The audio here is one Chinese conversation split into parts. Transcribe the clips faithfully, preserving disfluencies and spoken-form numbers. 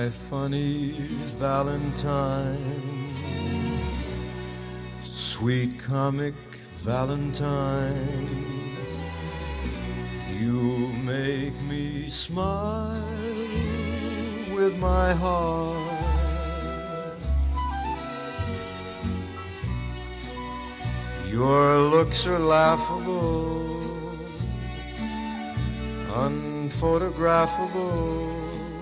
my funny Valentine, sweet comic Valentine, you make me smile with my heart. Your looks are laughable, unphotographable,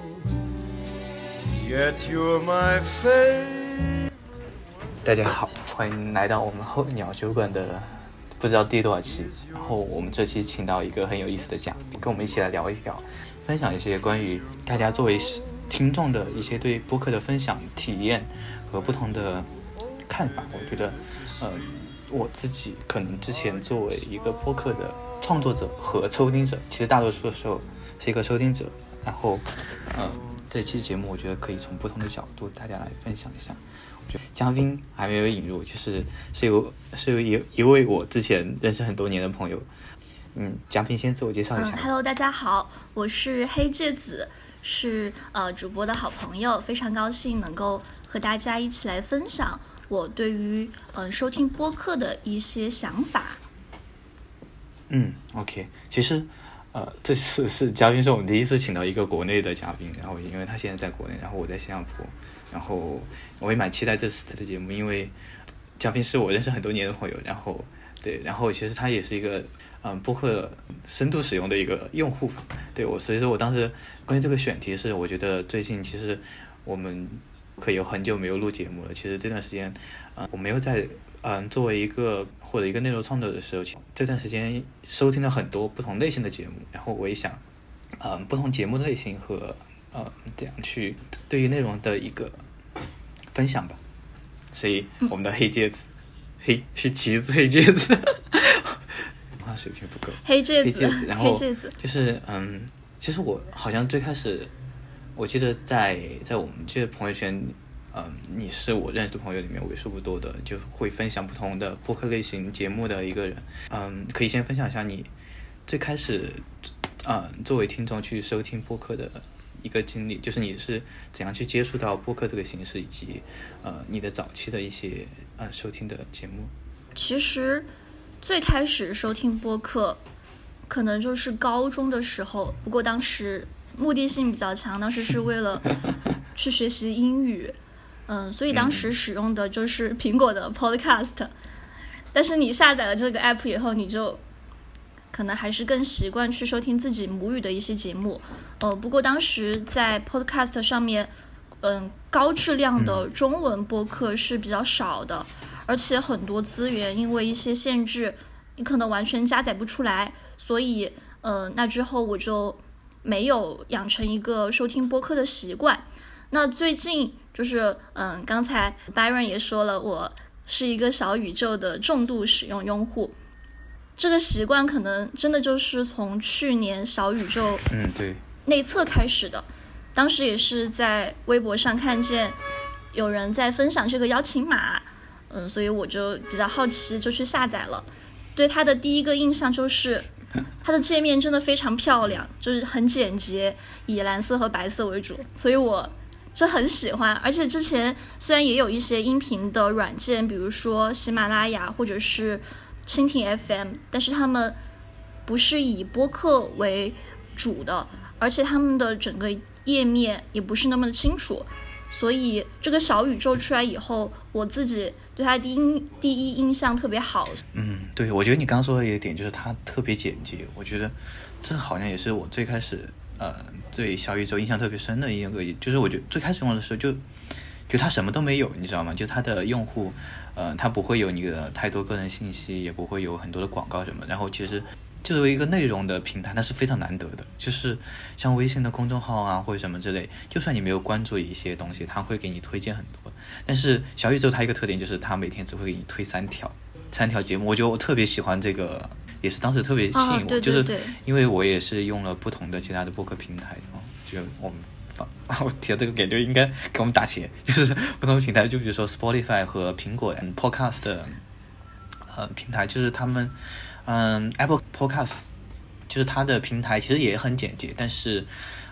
yet you're my favorite. 大家好，欢迎来到我们候鸟酒馆的不知道第多少期。然后我们这期请到一个很有意思的嘉宾，跟我们一起来聊一聊，分享一些关于大家作为听众的一些对播客的分享体验和不同的看法。我觉得，呃。我自己可能之前作为一个播客的创作者和收听者，其实大多数的时候是一个收听者，然后呃，这期节目我觉得可以从不同的角度大家来分享一下。我觉得嘉宾还没有引入，就是是由是由一一位我之前认识很多年的朋友，嗯，嘉宾先自我介绍一下。 嗯、Hello， 大家好，我是黑芥子，是呃主播的好朋友，非常高兴能够和大家一起来分享我对于呃收听播客的一些想法。 嗯 ，OK， 其实呃这次是嘉宾是我们第一次请到一个国内的嘉宾，然后因为他现在在国内，然后我在新加坡，然后我也蛮期待这次的节目，因为嘉宾是我认识很多年的朋友，然后对，然后其实他也是一个嗯、呃、播客深度使用的一个用户，对我，所以说我当时关于这个选题是，我觉得最近其实我们可以有很久没有录节目了。其实这段时间，呃，我没有在嗯、呃、作为一个或者一个内容创作者的时候，这段时间收听了很多不同类型的节目，然后我也想，嗯、呃，不同节目的类型和呃这样去对于内容的一个分享吧。所以我们的黑芥子，嗯、黑是旗子黑芥子，文化水平不够， 黑芥子， 黑芥子，然后就是嗯，其实我好像最开始。我记得在在我们这朋友圈，嗯，你是我认识的朋友里面为数不多的，就会分享不同的播客类型节目的一个人。嗯，可以先分享一下你最开始，嗯，作为听众去收听播客的一个经历，就是你是怎样去接触到播客这个形式，以及呃你的早期的一些呃收听的节目。 其实最开始收听播客，可能就是高中的时候，不过当时目的性比较强，当时是为了去学习英语，嗯，所以当时使用的就是苹果的 Podcast，嗯、但是你下载了这个 app 以后，你就可能还是更习惯去收听自己母语的一些节目，呃，不过当时在 Podcast 上面，嗯，高质量的中文播客是比较少的，而且很多资源因为一些限制，你可能完全加载不出来，所以，呃，那之后我就没有养成一个收听播客的习惯。那最近就是嗯，刚才 Byron 也说了，我是一个小宇宙的重度使用用户。这个习惯可能真的就是从去年小宇宙嗯对内测开始的。当时也是在微博上看见有人在分享这个邀请码，嗯，所以我就比较好奇，就去下载了。对它的第一个印象就是它的界面真的非常漂亮，就是很简洁，以蓝色和白色为主，所以我就很喜欢。而且之前虽然也有一些音频的软件，比如说喜马拉雅或者是蜻蜓 F M， 但是他们不是以播客为主的，而且他们的整个页面也不是那么的清楚，所以这个小宇宙出来以后，我自己对它第一第一印象特别好。 嗯，对，我觉得你刚刚说的一个点就是它特别简洁，我觉得这好像也是我最开始呃对小宇宙印象特别深的一个，就是我觉得最开始用的时候就就它什么都没有，你知道吗？就它的用户呃它不会有你的太多个人信息，也不会有很多的广告什么，然后其实就作为一个内容的平台，它是非常难得的，就是像微信的公众号啊或者什么之类，就算你没有关注一些东西，它会给你推荐很多。但是小宇宙它一个特点就是它每天只会给你推三条三条节目，我觉得我特别喜欢这个，也是当时特别吸引我， 哦、对对对， 就是因为我也是用了不同的其他的播客平台，哦，就我们我提到这个感觉应该给我们打钱，就是不同的平台，就比如说 Spotify 和苹果 and Podcast 的呃平台，就是他们嗯 Apple Podcast 就是它的平台其实也很简洁，但是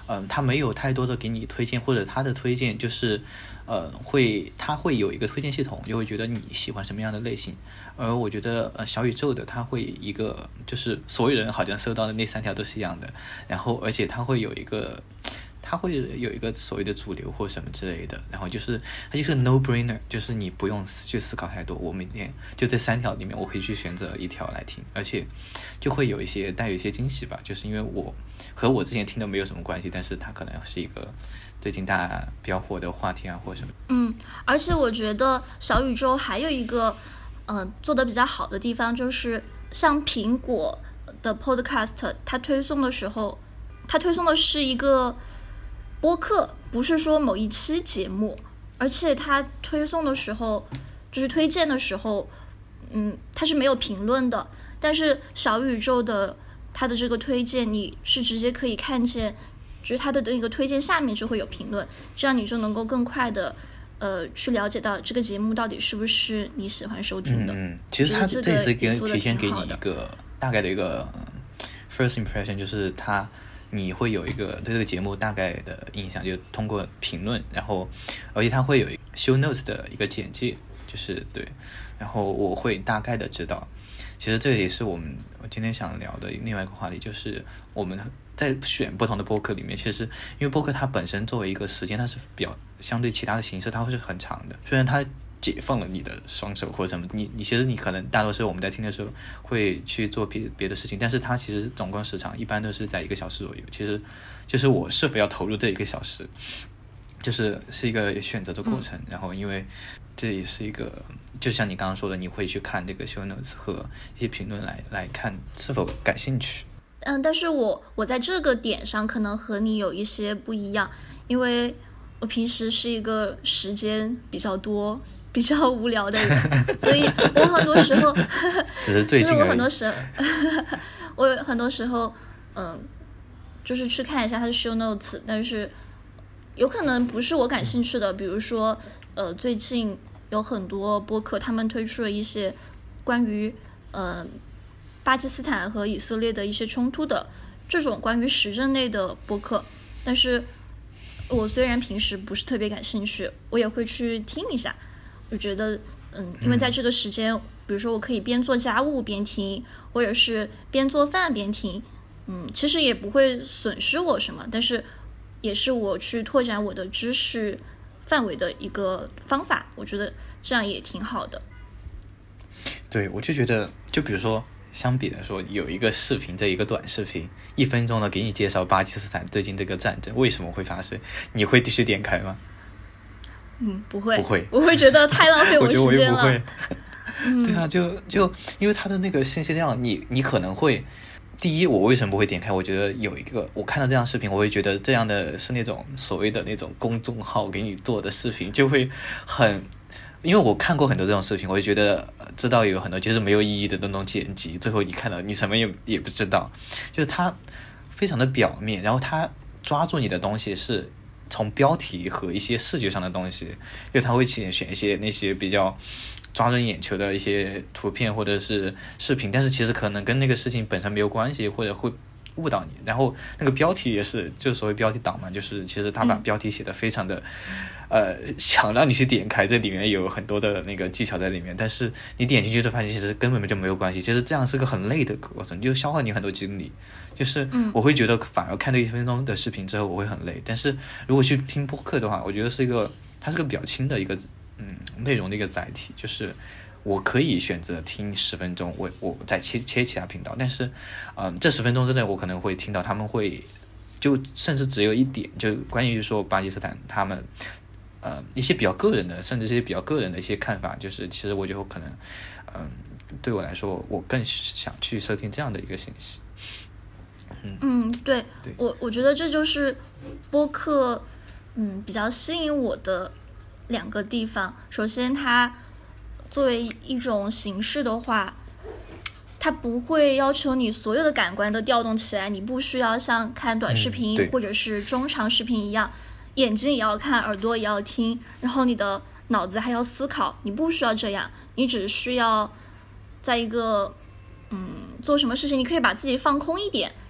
嗯、呃，他没有太多的给你推荐，或者他的推荐就是呃会他会有一个推荐系统，就会觉得你喜欢什么样的类型。而我觉得呃小宇宙的它会一个就是所有人好像收到的那三条都是一样的，然后而且它会有一个它会有一个所谓的主流或什么之类的，然后就是它就是 no brainer， 就是你不用去思考太多，我每天就这三条里面我可以去选择一条来听，而且就会有一些带有一些惊喜吧，就是因为我和我之前听的没有什么关系，但是它可能是一个最近大家比较火的话题啊或什么。 嗯，而且我觉得小宇宙还有一个呃做的比较好的地方，就是像苹果的 podcast 它推送的时候，它推送的是一个播客，不是说某一期节目，而且它推送的时候就是推荐的时候嗯，它是没有评论的，但是小宇宙的它的这个推荐你是直接可以看见，就是它的那个推荐下面就会有评论，这样你就能够更快的呃，去了解到这个节目到底是不是你喜欢收听的。 嗯，其实它这也是给提前给你一个大概的一个 first impression， 就是它你会有一个对这个节目大概的印象，就通过评论，然后而且它会有 show notes 的一个简介，就是对，然后我会大概的知道。其实这也是我们我今天想聊的另外一个话题，就是我们在选不同的播客里面，其实因为播客它本身作为一个时间，它是比较相对其他的形式，它会是很长的。虽然它解放了你的双手或者什么，你你其实你可能大多数我们在听的时候会去做别别的事情，但是它其实总共时长一般都是在一个小时左右。其实就是我是否要投入这一个小时，就是是一个选择的过程。嗯、然后因为这也是一个，就像你刚刚说的，你会去看这个 show notes 和一些评论来来看是否感兴趣。 嗯，但是我我在这个点上可能和你有一些不一样，因为我平时是一个时间比较多、比较无聊的人，所以我很多时候只是最近而已， 就是我很多时候我很多时候嗯，就是去看一下它的 show notes， 但是有可能不是我感兴趣的，比如说呃，最近有很多播客他们推出了一些关于呃。巴基斯坦和以色列的一些冲突的这种关于时政类的播客，但是我虽然平时不是特别感兴趣，我也会去听一下。我觉得嗯，因为在这个时间、嗯、比如说我可以边做家务边听，或者是边做饭边听，嗯，其实也不会损失我什么，但是也是我去拓展我的知识范围的一个方法，我觉得这样也挺好的。 对，我就觉得就比如说相比来说，有一个视频，这一个短视频，一分钟的给你介绍巴基斯坦最近这个战争为什么会发生，你会继续点开吗？ 嗯，不会， 不会， 我会觉得太浪费我时间了。 我觉得我也不会。嗯、对啊，就就因为它的那个信息量，你你可能会，第一，我为什么不会点开？我觉得有一个，我看到这样视频，我会觉得这样的是那种所谓的那种公众号给你做的视频，就会很。因为我看过很多这种视频，我就觉得、呃、知道有很多就是没有意义的那种剪辑，最后你看到你什么也也不知道，就是它非常的表面，然后它抓住你的东西是从标题和一些视觉上的东西，因为它会选选一些那些比较抓人眼球的一些图片或者是视频，但是其实可能跟那个事情本身没有关系，或者会误导你。然后那个标题也是，就是所谓标题党嘛，就是其实他把标题写得非常的、嗯、呃，想让你去点开，这里面有很多的那个技巧在里面，但是你点进去就发现其实根本就没有关系，其实这样是个很累的过程，就消耗你很多精力。就是我会觉得反而看这一分钟的视频之后我会很累，但是如果去听播客的话，我觉得是一个它是个比较轻的一个嗯内容的一个载体，就是我可以选择听十分钟，我我再切切其他频道，但是嗯、呃、这十分钟之内我可能会听到他们会就甚至只有一点，就关于说巴基斯坦他们呃一些比较个人的，甚至是一些比较个人的一些看法，就是其实我觉得可能嗯、呃、对我来说我更想去收听这样的一个信息。嗯, 嗯对, 对我我觉得这就是播客嗯比较吸引我的两个地方。首先它作为一种形式的话，它不会要求你所有的感官都调动起来，你不需要像看短视频、嗯、或者是中长视频一样，眼睛也要看，耳朵也要听，然后你的脑子还要思考，你不需要这样，你只需要在一个嗯做什么事情，你可以把自己放空一点，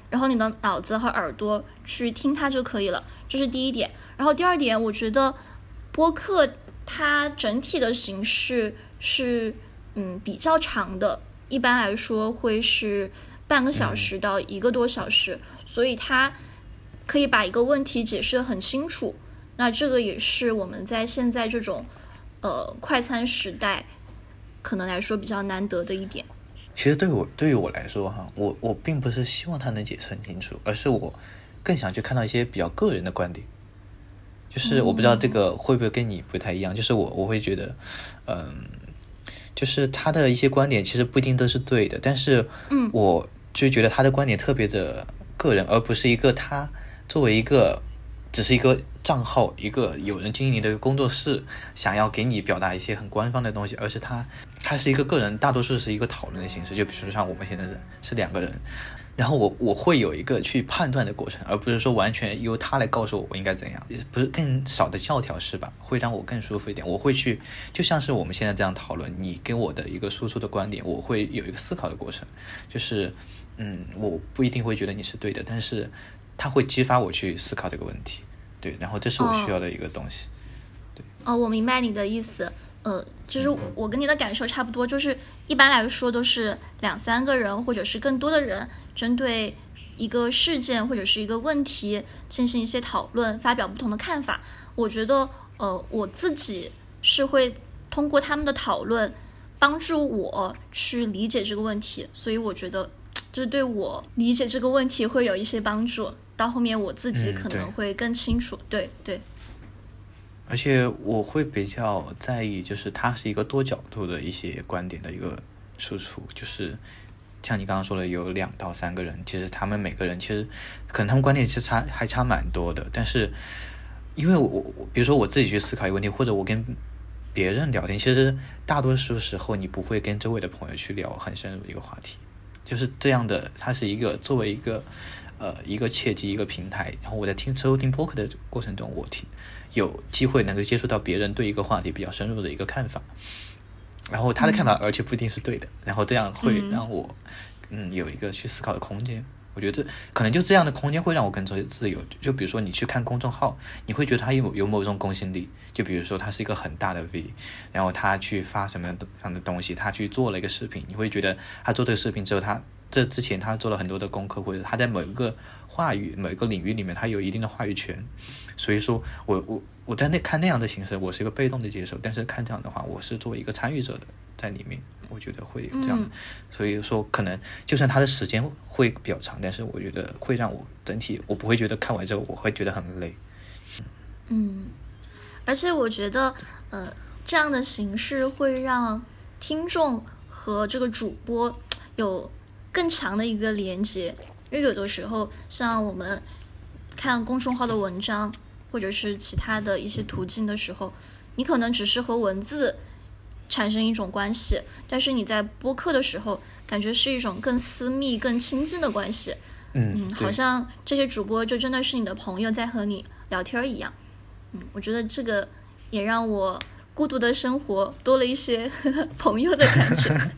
然后你的脑子和耳朵去听它就可以了，这是第一点。然后第二点，我觉得播客它整体的形式是嗯比较长的，一般来说会是半个小时到一个多小时，嗯、所以它可以把一个问题解释得很清楚。那这个也是我们在现在这种呃快餐时代可能来说比较难得的一点。 其实对我对于我来说哈，我我并不是希望他能解释很清楚，而是我更想去看到一些比较个人的观点。就是我不知道这个会不会跟你不太一样，嗯、就是我我会觉得，嗯，就是他的一些观点其实不一定都是对的，但是嗯， 我就觉得他的观点特别的个人，而不是一个他作为一个只是一个账号，一个有人经营的工作室想要给你表达一些很官方的东西，而是他它是一个个人，大多数是一个讨论的形式，就比如说像我们现在是两个人，然后我我会有一个去判断的过程，而不是说完全由他来告诉我我应该怎样，不是更少的教条式吧，会让我更舒服一点。我会去就像是我们现在这样讨论，你跟我的一个输出的观点，我会有一个思考的过程，就是嗯，我不一定会觉得你是对的，但是它会激发我去思考这个问题，对，然后这是我需要的一个东西。 哦，对哦，我明白你的意思。呃，就是我跟你的感受差不多，就是一般来说都是两三个人或者是更多的人针对一个事件或者是一个问题进行一些讨论，发表不同的看法。我觉得呃我自己是会通过他们的讨论帮助我去理解这个问题，所以我觉得就是对我理解这个问题会有一些帮助，到后面我自己可能会更清楚。嗯、对 对, 对。 而且我会比较在意，就是它是一个多角度的一些观点的一个输出，就是像你刚刚说的，有两到三个人，其实他们每个人其实可能他们观点其实差还差蛮多的，但是因为我我比如说我自己去思考一个问题，或者我跟别人聊天，其实大多数时候你不会跟周围的朋友去聊很深入的一个话题，就是这样的，它是一个作为一个呃一个契机一个平台，然后我在听收听播客的过程中，我听。有机会能够接触到别人对一个话题比较深入的一个看法，然后他的看法而且不一定是对的，嗯、然后这样会让我 嗯, 嗯有一个去思考的空间。我觉得这可能就这样的空间会让我更自由。就比如说你去看公众号，你会觉得他有有某种公信力，就比如说他是一个很大的 V， 然后他去发什么样的东西，他去做了一个视频，你会觉得他做这个视频之后，他这之前他做了很多的功课，或者他在某一个话语某一个领域里面他有一定的话语权，所以说我我我在那看那样的形式，我是一个被动的接受，但是看这样的话，我是作为一个参与者的在里面，我觉得会有这样的、嗯、所以说可能就算它的时间会比较长，但是我觉得会让我整体我不会觉得看完之后我会觉得很累。 嗯，而且我觉得呃这样的形式会让听众和这个主播有更强的一个连接，因为有的时候像我们看公众号的文章或者是其他的一些途径的时候，你可能只是和文字产生一种关系，但是你在播客的时候感觉是一种更私密更亲近的关系。 嗯嗯，好像这些主播就真的是你的朋友在和你聊天一样。嗯，我觉得这个也让我孤独的生活多了一些呵呵朋友的感觉。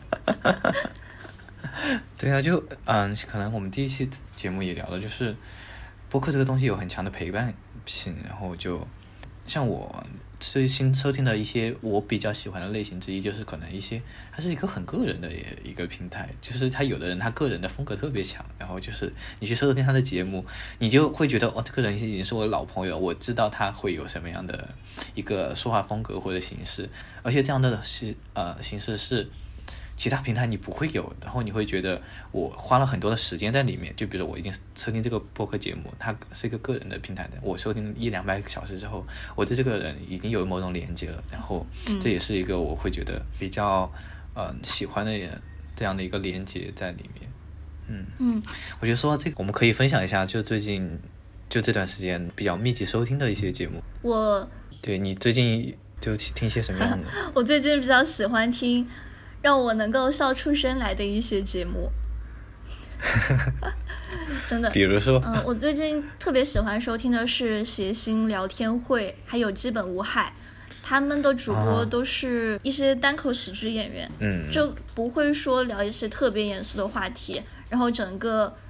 对啊，就嗯，可能我们第一期节目也聊了，就是播客这个东西有很强的陪伴性，然后就像我最新收听的一些我比较喜欢的类型之一，就是可能一些它是一个很个人的一个平台，就是他有的人他个人的风格特别强，然后就是你去收听他的节目，你就会觉得哦，这个人已经是我的老朋友，我知道他会有什么样的一个说话风格或者形式，而且这样的是呃形式是其他平台你不会有，然后你会觉得我花了很多的时间在里面，就比如说我已经收听这个播客节目，它是一个个人的平台的，我收听一两百个小时之后，我对这个人已经有某种连接了，然后这也是一个我会觉得比较呃喜欢的这样的一个连接在里面。嗯嗯， 我觉得说到这个，我们可以分享一下，就最近就这段时间比较密集收听的一些节目。 我对你最近就听些什么样的？ 我最近比较喜欢听让我能够笑出声来的一些节目。真的， 比如说嗯、呃，我最近特别喜欢收听的是谐星聊天会还有基本无害，他们的主播都是一些单口喜剧演员， 嗯， 就不会说聊一些特别严肃的话题，然后整个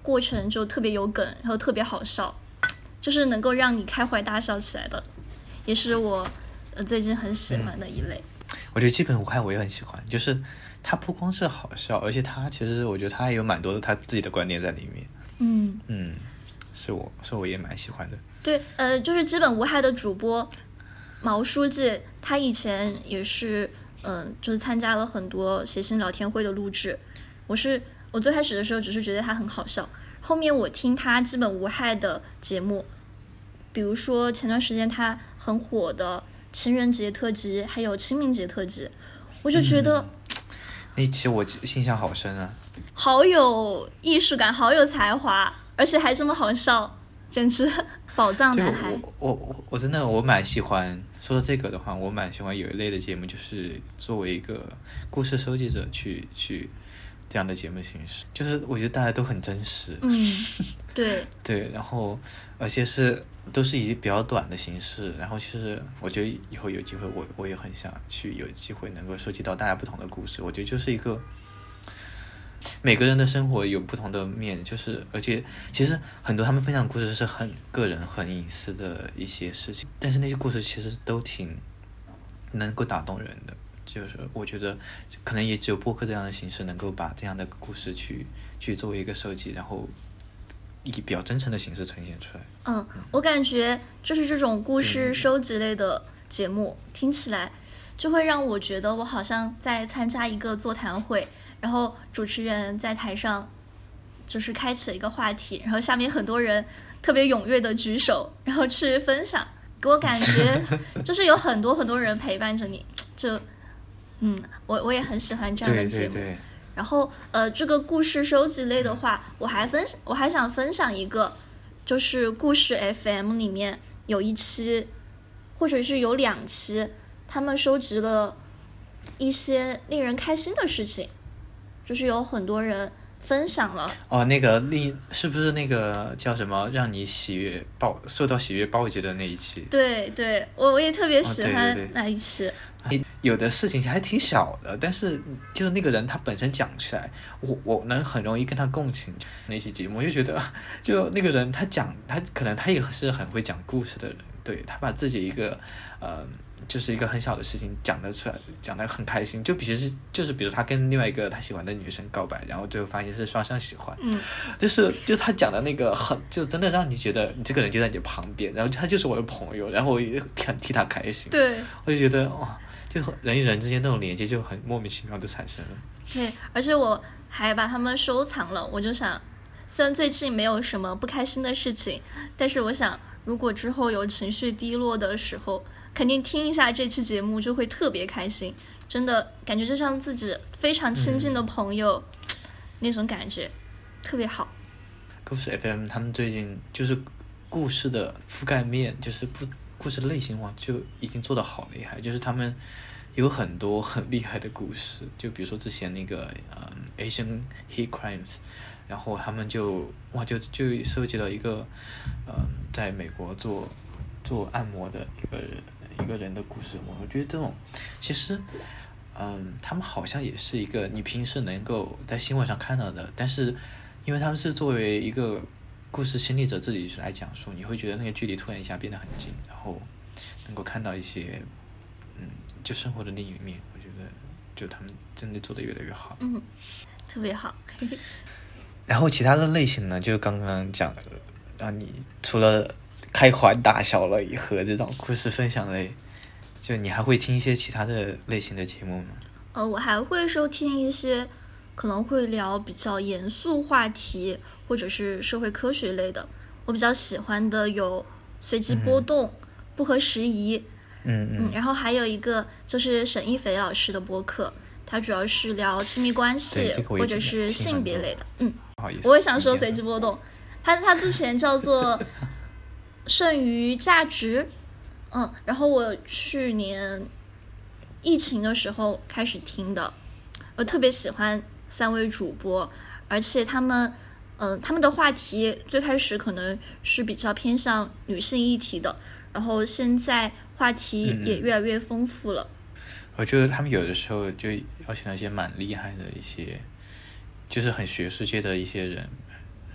过程就特别有梗，然后特别好笑，就是能够让你开怀大笑起来的，也是我呃最近很喜欢的一类。 嗯、我觉得基本无害我也很喜欢，就是他不光是好笑，而且他其实我觉得他也有蛮多的他自己的观点在里面。 嗯嗯，是我是我也蛮喜欢的。 对，呃，就是基本无害的主播毛书记，他以前也是嗯、呃，就是参加了很多谐星聊天会的录制。我是我最开始的时候只是觉得他很好笑，后面我听他基本无害的节目，比如说前段时间他很火的情人节特辑还有清明节特辑，我就觉得、 嗯、那期我印象好深啊， 好有艺术感，好有才华，而且还这么好笑，简直宝藏男孩。 我我我真的我蛮喜欢，说到这个的话，我蛮喜欢有一类的节目，就是作为一个故事收集者去去这样的节目形式，就是我觉得大家都很真实。 嗯，对对，然后而且是都是以比较短的形式，然后其实我觉得以后有机会我我也很想去有机会能够收集到大家不同的故事。我觉得就是一个每个人的生活有不同的面，就是而且其实很多他们分享的故事是很个人很隐私的一些事情，但是那些故事其实都挺能够打动人的，就是我觉得可能也只有播客这样的形式能够把这样的故事去去作为一个收集，然后以比较真诚的形式呈现出来。 嗯，我感觉就是这种故事收集类的节目、嗯、听起来就会让我觉得我好像在参加一个座谈会，然后主持人在台上就是开启了一个话题，然后下面很多人特别踊跃的举手，然后去分享，给我感觉就是有很多很多人陪伴着你，就嗯，我我也很喜欢这样的节目。 对对对。 然后呃，这个故事收集类的话，我还分我还想分享一个，就是故事 F M 里面有一期，或者是有两期，他们收集了一些令人开心的事情，就是有很多人分享了。 哦，那个令是不是那个叫什么让你喜悦暴受到喜悦暴击的那一期？ 对对，我我也特别喜欢那一期。 哦，对对对，有的事情还挺小的，但是就是那个人他本身讲起来，我我能很容易跟他共情。那期节目我就觉得，就那个人他讲他可能他也是很会讲故事的人，对，他把自己一个呃就是一个很小的事情讲得出来，讲得很开心。就比如是就是比如他跟另外一个他喜欢的女生告白，然后最后发现是双向喜欢， 嗯， 就是就他讲的那个很就真的让你觉得你这个人就在你旁边，然后他就是我的朋友，然后我也很替他开心。 对， 我就觉得哦。就人与人之间那种连接就很莫名其妙的产生了。 对，而且我还把它们收藏了。我就想，虽然最近没有什么不开心的事情，但是我想，如果之后有情绪低落的时候，肯定听一下这期节目就会特别开心。真的感觉就像自己非常亲近的朋友，嗯、那种感觉特别好。 故事 F M 他们最近就是故事的覆盖面，就是不。故事类型化就已经做得好厉害，就是他们有很多很厉害的故事，就比如说之前那个嗯 Asian Hate Crimes， 然后他们就哇就就收集了一个嗯在美国做做按摩的一个人一个人的故事。我觉得这种其实嗯他们好像也是一个你平时能够在新闻上看到的，但是因为他们是作为一个故事亲历者自己来讲述，你会觉得那个距离突然一下变得很近，然后能够看到一些嗯就生活的另一面。我觉得就他们真的做得越来越好， 嗯，特别好。 然后其他的类型呢，就刚刚讲的，让你除了开怀大笑了和这种故事分享类，就你还会听一些其他的类型的节目吗？ 呃，我还会收听一些可能会聊比较严肃话题或者是社会科学类的。我比较喜欢的有随机波动、嗯、不合时宜， 嗯 嗯, 嗯，然后还有一个就是沈一菲老师的播客，他主要是聊亲密关系、这个、或者是性别类的。嗯， 不好意思， 我也想说随机波动，他他之前叫做剩余价值，嗯，然后我去年疫情的时候开始听的，我特别喜欢三位主播，而且他们嗯、呃，他们的话题最开始可能是比较偏向女性议题的，然后现在话题也越来越丰富了。 嗯、我觉得他们有的时候就邀请了一些蛮厉害的一些，就是很学术界的一些人，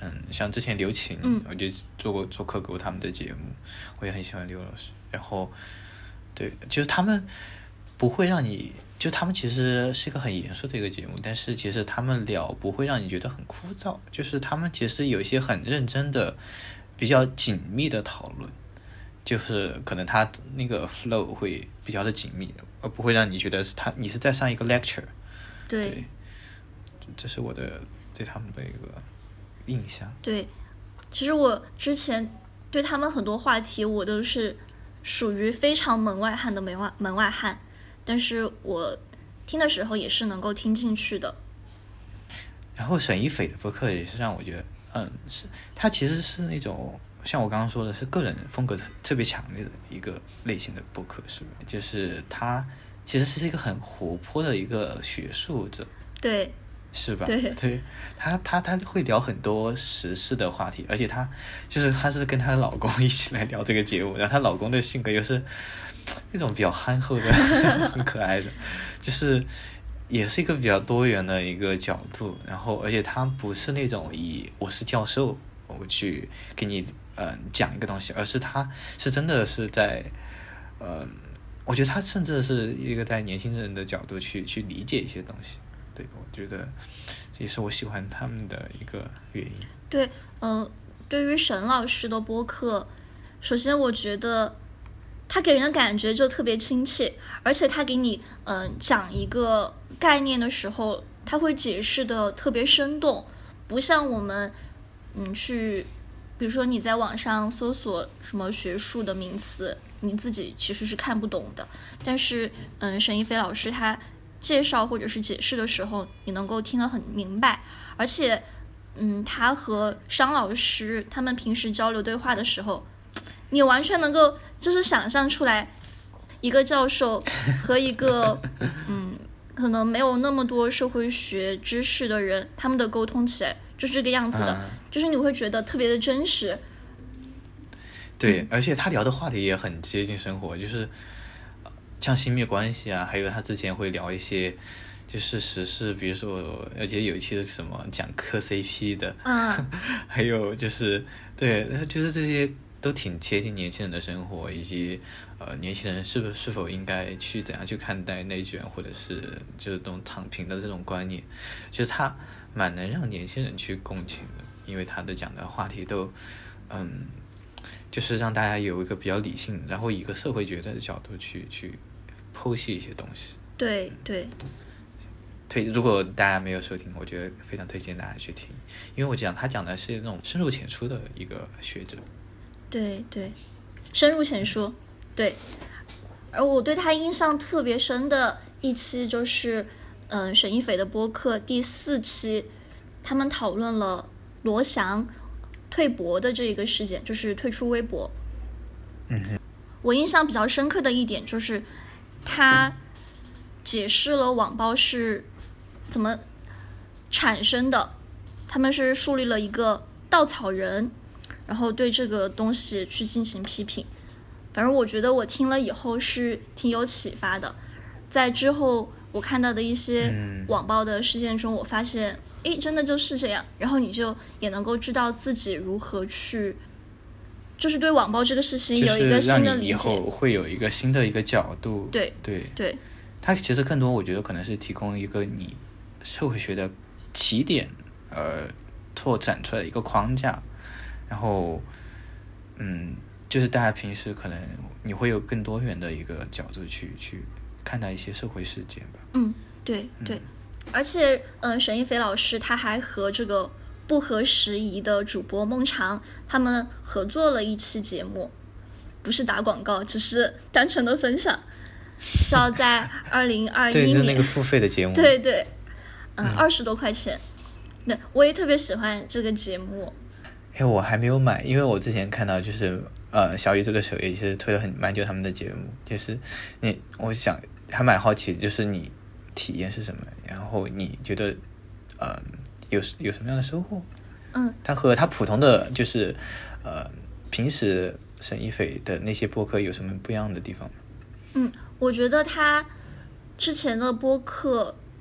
嗯，像之前刘琴， 嗯， 我就做过做客过他们的节目，我也很喜欢刘老师。然后，对，就是他们不会让你，就他们其实是一个很严肃的一个节目，但是其实他们聊不会让你觉得很枯燥，就是他们其实有一些很认真的、比较紧密的讨论，就是可能他那个 flow 会比较的紧密，而不会让你觉得是他你是在上一个 lecture。 对， 对，这是我的对他们的一个印象。 对，其实我之前对他们很多话题我都是属于非常门外汉的门外门外汉，但是我听的时候也是能够听进去的。 然后沈一斐的播客也是让我觉得，嗯，是他其实是那种像我刚刚说的是个人风格特特别强烈的一个类型的播客，是吧？就是他其实是一个很活泼的一个学术者， 对， 是吧？ 对， 对，他他他会聊很多时事的话题，而且他就是他是跟她的老公一起来聊这个节目，然后她老公的性格又是那种比较憨厚的很可爱的，就是也是一个比较多元的一个角度，然后而且他不是那种以我是教授我去给你呃讲一个东西，而是他是真的是在呃我觉得他甚至是一个在年轻人的角度去去理解一些东西。对，我觉得这也是我喜欢他们的一个原因。 对，嗯、呃，对于沈老师的播客，首先我觉得他给人的感觉就特别亲切，而且他给你嗯、呃、讲一个概念的时候，他会解释的特别生动，不像我们嗯去，比如说你在网上搜索什么学术的名词，你自己其实是看不懂的，但是嗯沈一斐老师他介绍或者是解释的时候，你能够听得很明白，而且嗯他和商老师他们平时交流对话的时候，你完全能够就是想象出来一个教授和一个嗯可能没有那么多社会学知识的人，他们的沟通起来就是这个样子的、嗯、就是你会觉得特别的真实。 对、嗯、而且他聊的话题也很接近生活，就是像亲密关系啊，还有他之前会聊一些就是时事，比如说而且有一期是什么讲磕 C P 的， 嗯， 还有就是对，就是这些都挺贴近年轻人的生活，以及呃年轻人是不是否应该去怎样去看待内卷，或者是就是这种躺平的这种观念，就是他蛮能让年轻人去共情的，因为他的讲的话题都嗯就是让大家有一个比较理性，然后以一个社会觉得的角度去去剖析一些东西。 对对推，如果大家没有收听，我觉得非常推荐大家去听，因为我讲他讲的是那种深入浅出的一个学者。 对对，深入浅出，对。而我对他印象特别深的一期就是嗯、呃、沈一斐的播客第四期，他们讨论了罗翔退博的这一个事件，就是退出微博。 嗯哼， 我印象比较深刻的一点就是他解释了网暴是怎么产生的，他们是树立了一个稻草人，然后对这个东西去进行批评。反正我觉得我听了以后是挺有启发的，在之后我看到的一些网暴的事件中，我发现诶真的就是这样，然后你就也能够知道自己如何去就是对网暴这个事情有一个新的理解， 就是让你以后会有一个新的一个角度。 对对对， 它其实更多我觉得可能是提供一个你社会学的起点，呃，拓展出来的一个框架，然后嗯，就是大家平时可能你会有更多元的一个角度去去看待一些社会事件吧。 嗯，对对，嗯、而且嗯、呃，沈一斐老师他还和这个不合时宜的主播孟尝他们合作了一期节目，不是打广告，只是单纯的分享，是要在二零二一年， 对，就是那个付费的节目， 对对，嗯，二十多块钱，对，我也特别喜欢这个节目。 哎，我还没有买，因为我之前看到就是呃小宇宙的首页其实推了很蛮久他们的节目，就是你我想还蛮好奇，就是你体验是什么，然后你觉得呃有有什么样的收获？ 嗯， 它和它普通的就是呃平时沈一斐的那些播客有什么不一样的地方吗？ 嗯，我觉得他之前的播客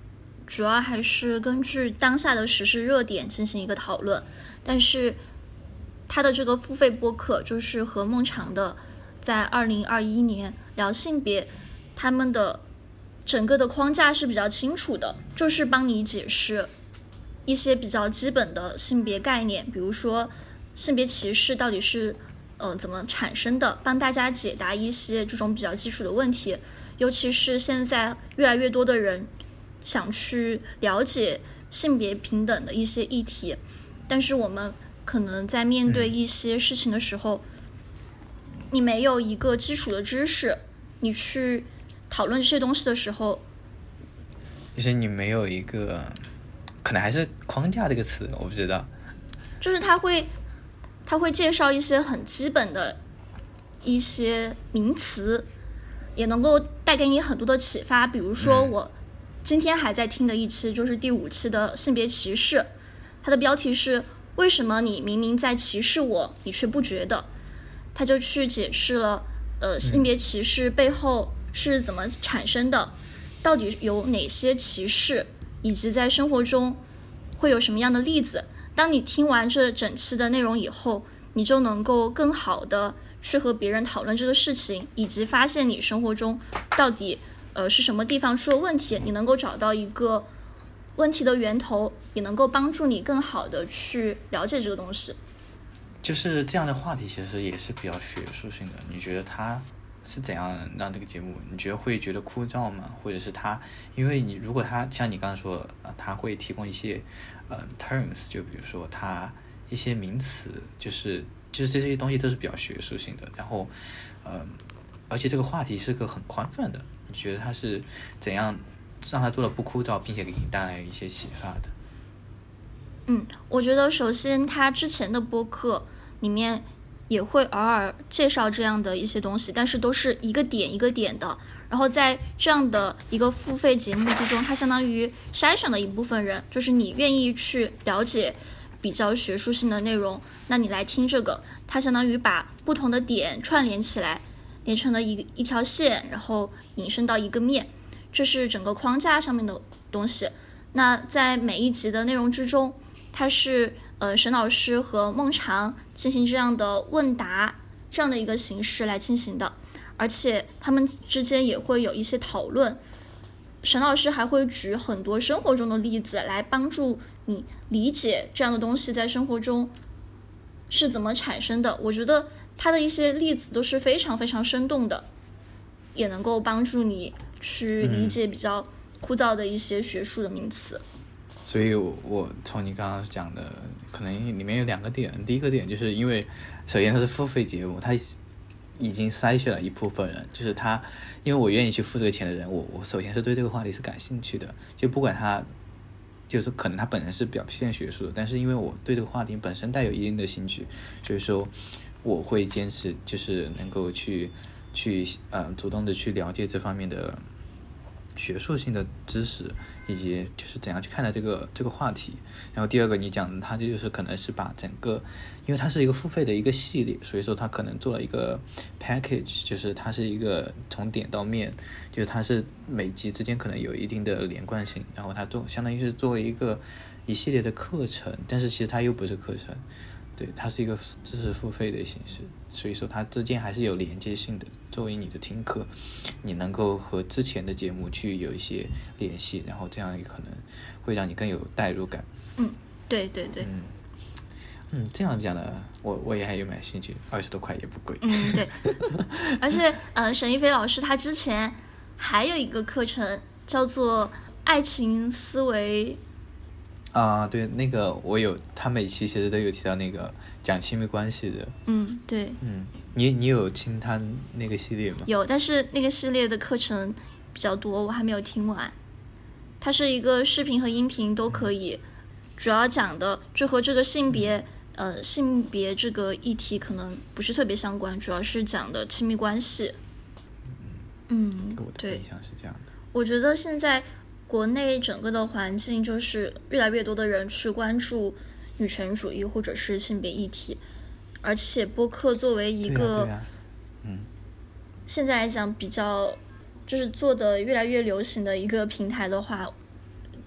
主要还是根据当下的时事热点进行一个讨论，但是他的这个付费播客就是和孟尝的在二零二一年聊性别，他们的整个的框架是比较清楚的，就是帮你解释一些比较基本的性别概念，比如说性别歧视到底是呃怎么产生的，帮大家解答一些这种比较基础的问题，尤其是现在越来越多的人想去了解性别平等的一些议题，但是我们可能在面对一些事情的时候、嗯、你没有一个基础的知识，你去讨论这些东西的时候， 就是你没有一个，可能还是框架这个词我不知道， 就是他会他会介绍一些很基本的一些名词，也能够带给你很多的启发。比如说我今天还在听的一期就是第五期的性别歧视，它的标题是为什么你明明在歧视我你却不觉得，他就去解释了呃性别歧视背后是怎么产生的，到底有哪些歧视，以及在生活中会有什么样的例子。当你听完这整期的内容以后，你就能够更好的去和别人讨论这个事情，以及发现你生活中到底呃是什么地方出了问题，你能够找到一个问题的源头，也能够帮助你更好的去了解这个东西。 就是这样的话题其实也是比较学术性的，你觉得它是怎样让这个节目你觉得会觉得枯燥吗？或者是它因为你如果它像你刚刚说呃，它会提供一些呃 terms， 就比如说它一些名词，就是就是这些东西都是比较学术性的，然后呃而且这个话题是个很宽泛的，你觉得它是怎样让它做的不枯燥，并且给你带来一些启发的？ 嗯，我觉得首先他之前的播客里面也会偶尔介绍这样的一些东西，但是都是一个点一个点的，然后在这样的一个付费节目之中，它相当于筛选了一部分人，就是你愿意去了解比较学术性的内容，那你来听这个，它相当于把不同的点串联起来，连成了一一条线，然后引申到一个面，这是整个框架上面的东西。那在每一集的内容之中，它是呃沈老师和孟尝进行这样的问答这样的一个形式来进行的，而且他们之间也会有一些讨论，沈老师还会举很多生活中的例子来帮助你理解这样的东西在生活中是怎么产生的。我觉得他的一些例子都是非常非常生动的，也能够帮助你去理解比较枯燥的一些学术的名词。 所以我我从你刚刚讲的可能里面有两个点，第一个点就是因为首先它是付费节目，它已经筛选了一部分人，就是他因为我愿意去付这个钱的人，我我首先是对这个话题是感兴趣的，就不管他就是可能他本身是表现学术的，但是因为我对这个话题本身带有一定的兴趣，所以说我会坚持就是能够去去呃主动的去了解这方面的学术性的知识，以及就是怎样去看待这个这个话题。然后第二个你讲的它就是可能是把整个，因为它是一个付费的一个系列，所以说它可能做了一个 package， 就是它是一个从点到面，就是它是每集之间可能有一定的连贯性，然后它做相当于是作为一个一系列的课程，但是其实它又不是课程，对，它是一个知识付费的形式，所以说它之间还是有连接性的。作为你的听课，你能够和之前的节目去有一些联系，然后这样也可能会让你更有代入感。 嗯，对对对。 嗯，嗯这样讲的，我我也还有蛮兴趣，二十多块也不贵。 嗯，对。而且，呃，沈一飞老师他之前还有一个课程叫做爱情思维。 啊，对，那个我有，他每期其实都有提到那个讲亲密关系的。 嗯，对。 嗯，你你有听他那个系列吗？ 有，但是那个系列的课程比较多，我还没有听完。它是一个视频和音频都可以，嗯、主要讲的就和这个性别，嗯、呃，性别这个议题可能不是特别相关，主要是讲的亲密关系。嗯，嗯， 我的印象是这样的。 我觉得现在国内整个的环境就是越来越多的人去关注女权主义或者是性别议题，而且播客作为一个、 啊啊嗯、 现在来讲比较就是做的越来越流行的一个平台的话，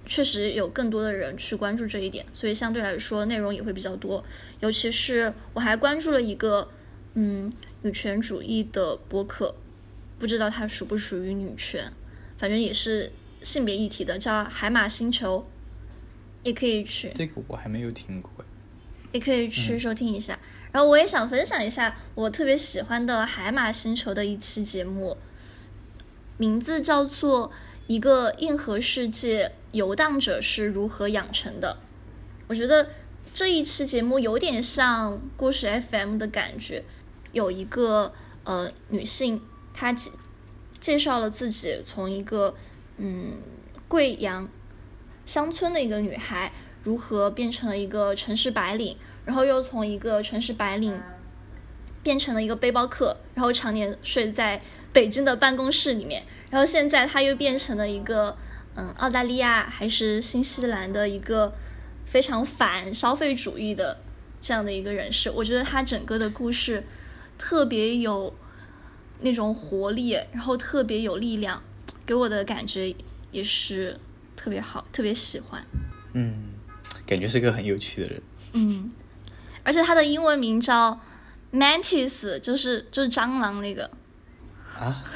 确实有更多的人去关注这一点，所以相对来说内容也会比较多。尤其是我还关注了一个嗯女权主义的播客，不知道它属不属于女权，反正也是性别议题的，叫海马星球，也可以去。 这个我还没有听过， 也可以去收听一下。嗯、然后我也想分享一下我特别喜欢的海马星球的一期节目，名字叫做《一个硬核世界游荡者是如何养成的》。我觉得这一期节目有点像故事 F M 的感觉，有一个呃女性，她介绍了自己从一个嗯贵阳乡村的一个女孩如何变成了一个城市白领，然后又从一个城市白领变成了一个背包客，然后常年睡在北京的办公室里面，然后现在她又变成了一个嗯澳大利亚还是新西兰的一个非常反消费主义的这样的一个人士。我觉得她整个的故事特别有那种活力，然后特别有力量，给我的感觉也是特别好，特别喜欢。 嗯，感觉是个很有趣的人。 嗯，而且他的英文名叫 Mantis， 就是就是蟑螂那个啊。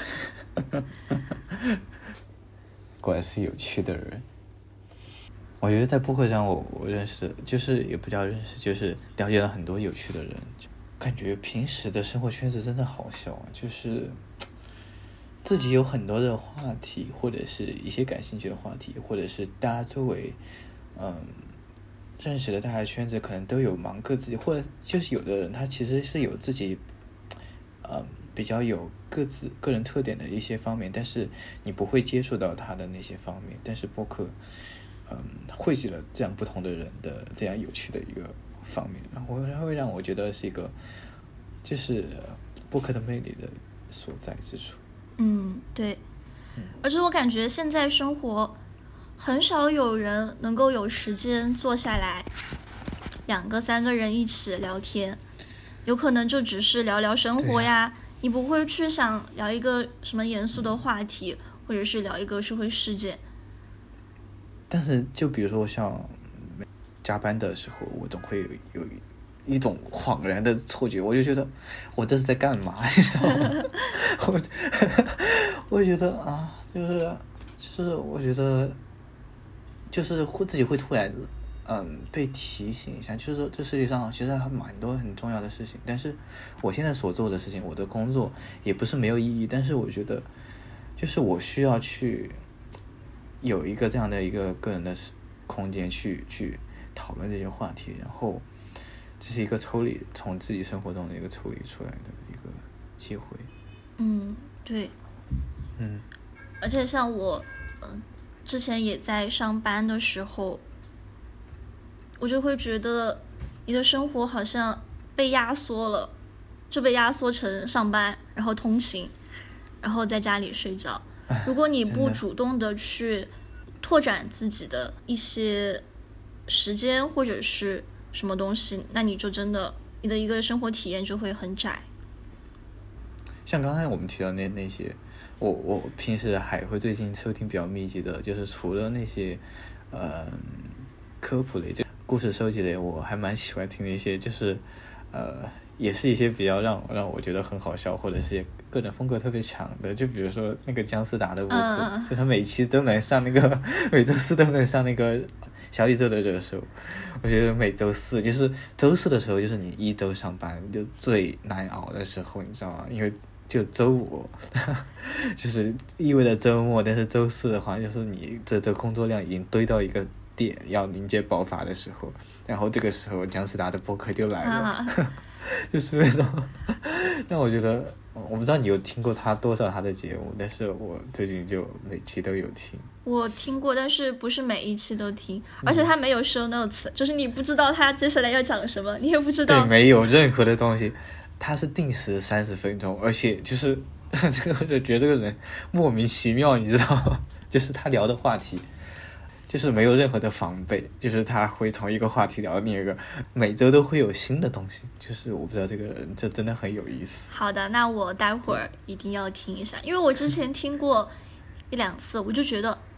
果然是有趣的人。我觉得在播客上我我认识，就是也不叫认识，就是了解了很多有趣的人。感觉平时的生活圈子真的好小啊，就是自己有很多的话题，或者是一些感兴趣的话题，或者是大家周围嗯认识的大家圈子可能都有忙各自己，或者就是有的人他其实是有自己嗯比较有各自个人特点的一些方面，但是你不会接触到他的那些方面。但是播客嗯汇集了这样不同的人的这样有趣的一个方面，然后会让我觉得是一个就是播客的魅力的所在之处。 嗯，对。而且我感觉现在生活很少有人能够有时间坐下来两个三个人一起聊天，有可能就只是聊聊生活呀、啊、你不会去想聊一个什么严肃的话题、嗯、或者是聊一个社会事件。 但是就比如说像加班的时候，我总会有有一种恍然的错觉，我就觉得我这是在干嘛，你知道吗？我我觉得啊，就是就是我觉得就是会自己会突然嗯被提醒一下，就是说这世界上其实还蛮多很重要的事情，但是我现在所做的事情，我的工作也不是没有意义，但是我觉得就是我需要去有一个这样的一个个人的空间去去讨论这些话题，然后这是一个抽离从自己生活中的一个抽离出来的一个机会。 嗯，对。 嗯， 而且像我嗯、呃、之前也在上班的时候，我就会觉得你的生活好像被压缩了，就被压缩成上班，然后通勤，然后在家里睡觉。如果你不主动的去拓展自己的一些时间或者是什么东西，那你就真的你的一个生活体验就会很窄。 像刚才我们提到那那些，我我平时还会最近收听比较密集的，就是除了那些呃科普类、故事收集类，我还蛮喜欢听的一些，就是呃也是一些比较让让我觉得很好笑，或者是个人风格特别强的，就比如说那个姜思达的播客，嗯、就他每期都能上那个每周四都能上那个小宇宙的热搜。我觉得每周四就是周四的时候，就是你一周上班就最难熬的时候，你知道吗？因为就周五就是意味着周末，但是周四的话，就是你这这工作量已经堆到一个点，要临界爆发的时候，然后这个时候姜思达的播客就来了。啊就是那种但我觉得我不知道你有听过他多少他的节目，但是我最近就每期都有听。 我听过，但是不是每一期都听，而且他没有 show notes、嗯、就是你不知道他接下来要讲什么，你也不知道。 对，没有任何的东西，他是定时三十分钟，而且就是这个人觉得这个人莫名其妙，你知道吗？就是他聊的话题就是没有任何的防备，就是他会从一个话题聊到另一个，每周都会有新的东西，就是我不知道这个人这真的很有意思。 好的，那我待会儿一定要听一下，因为我之前听过一两次，我就觉得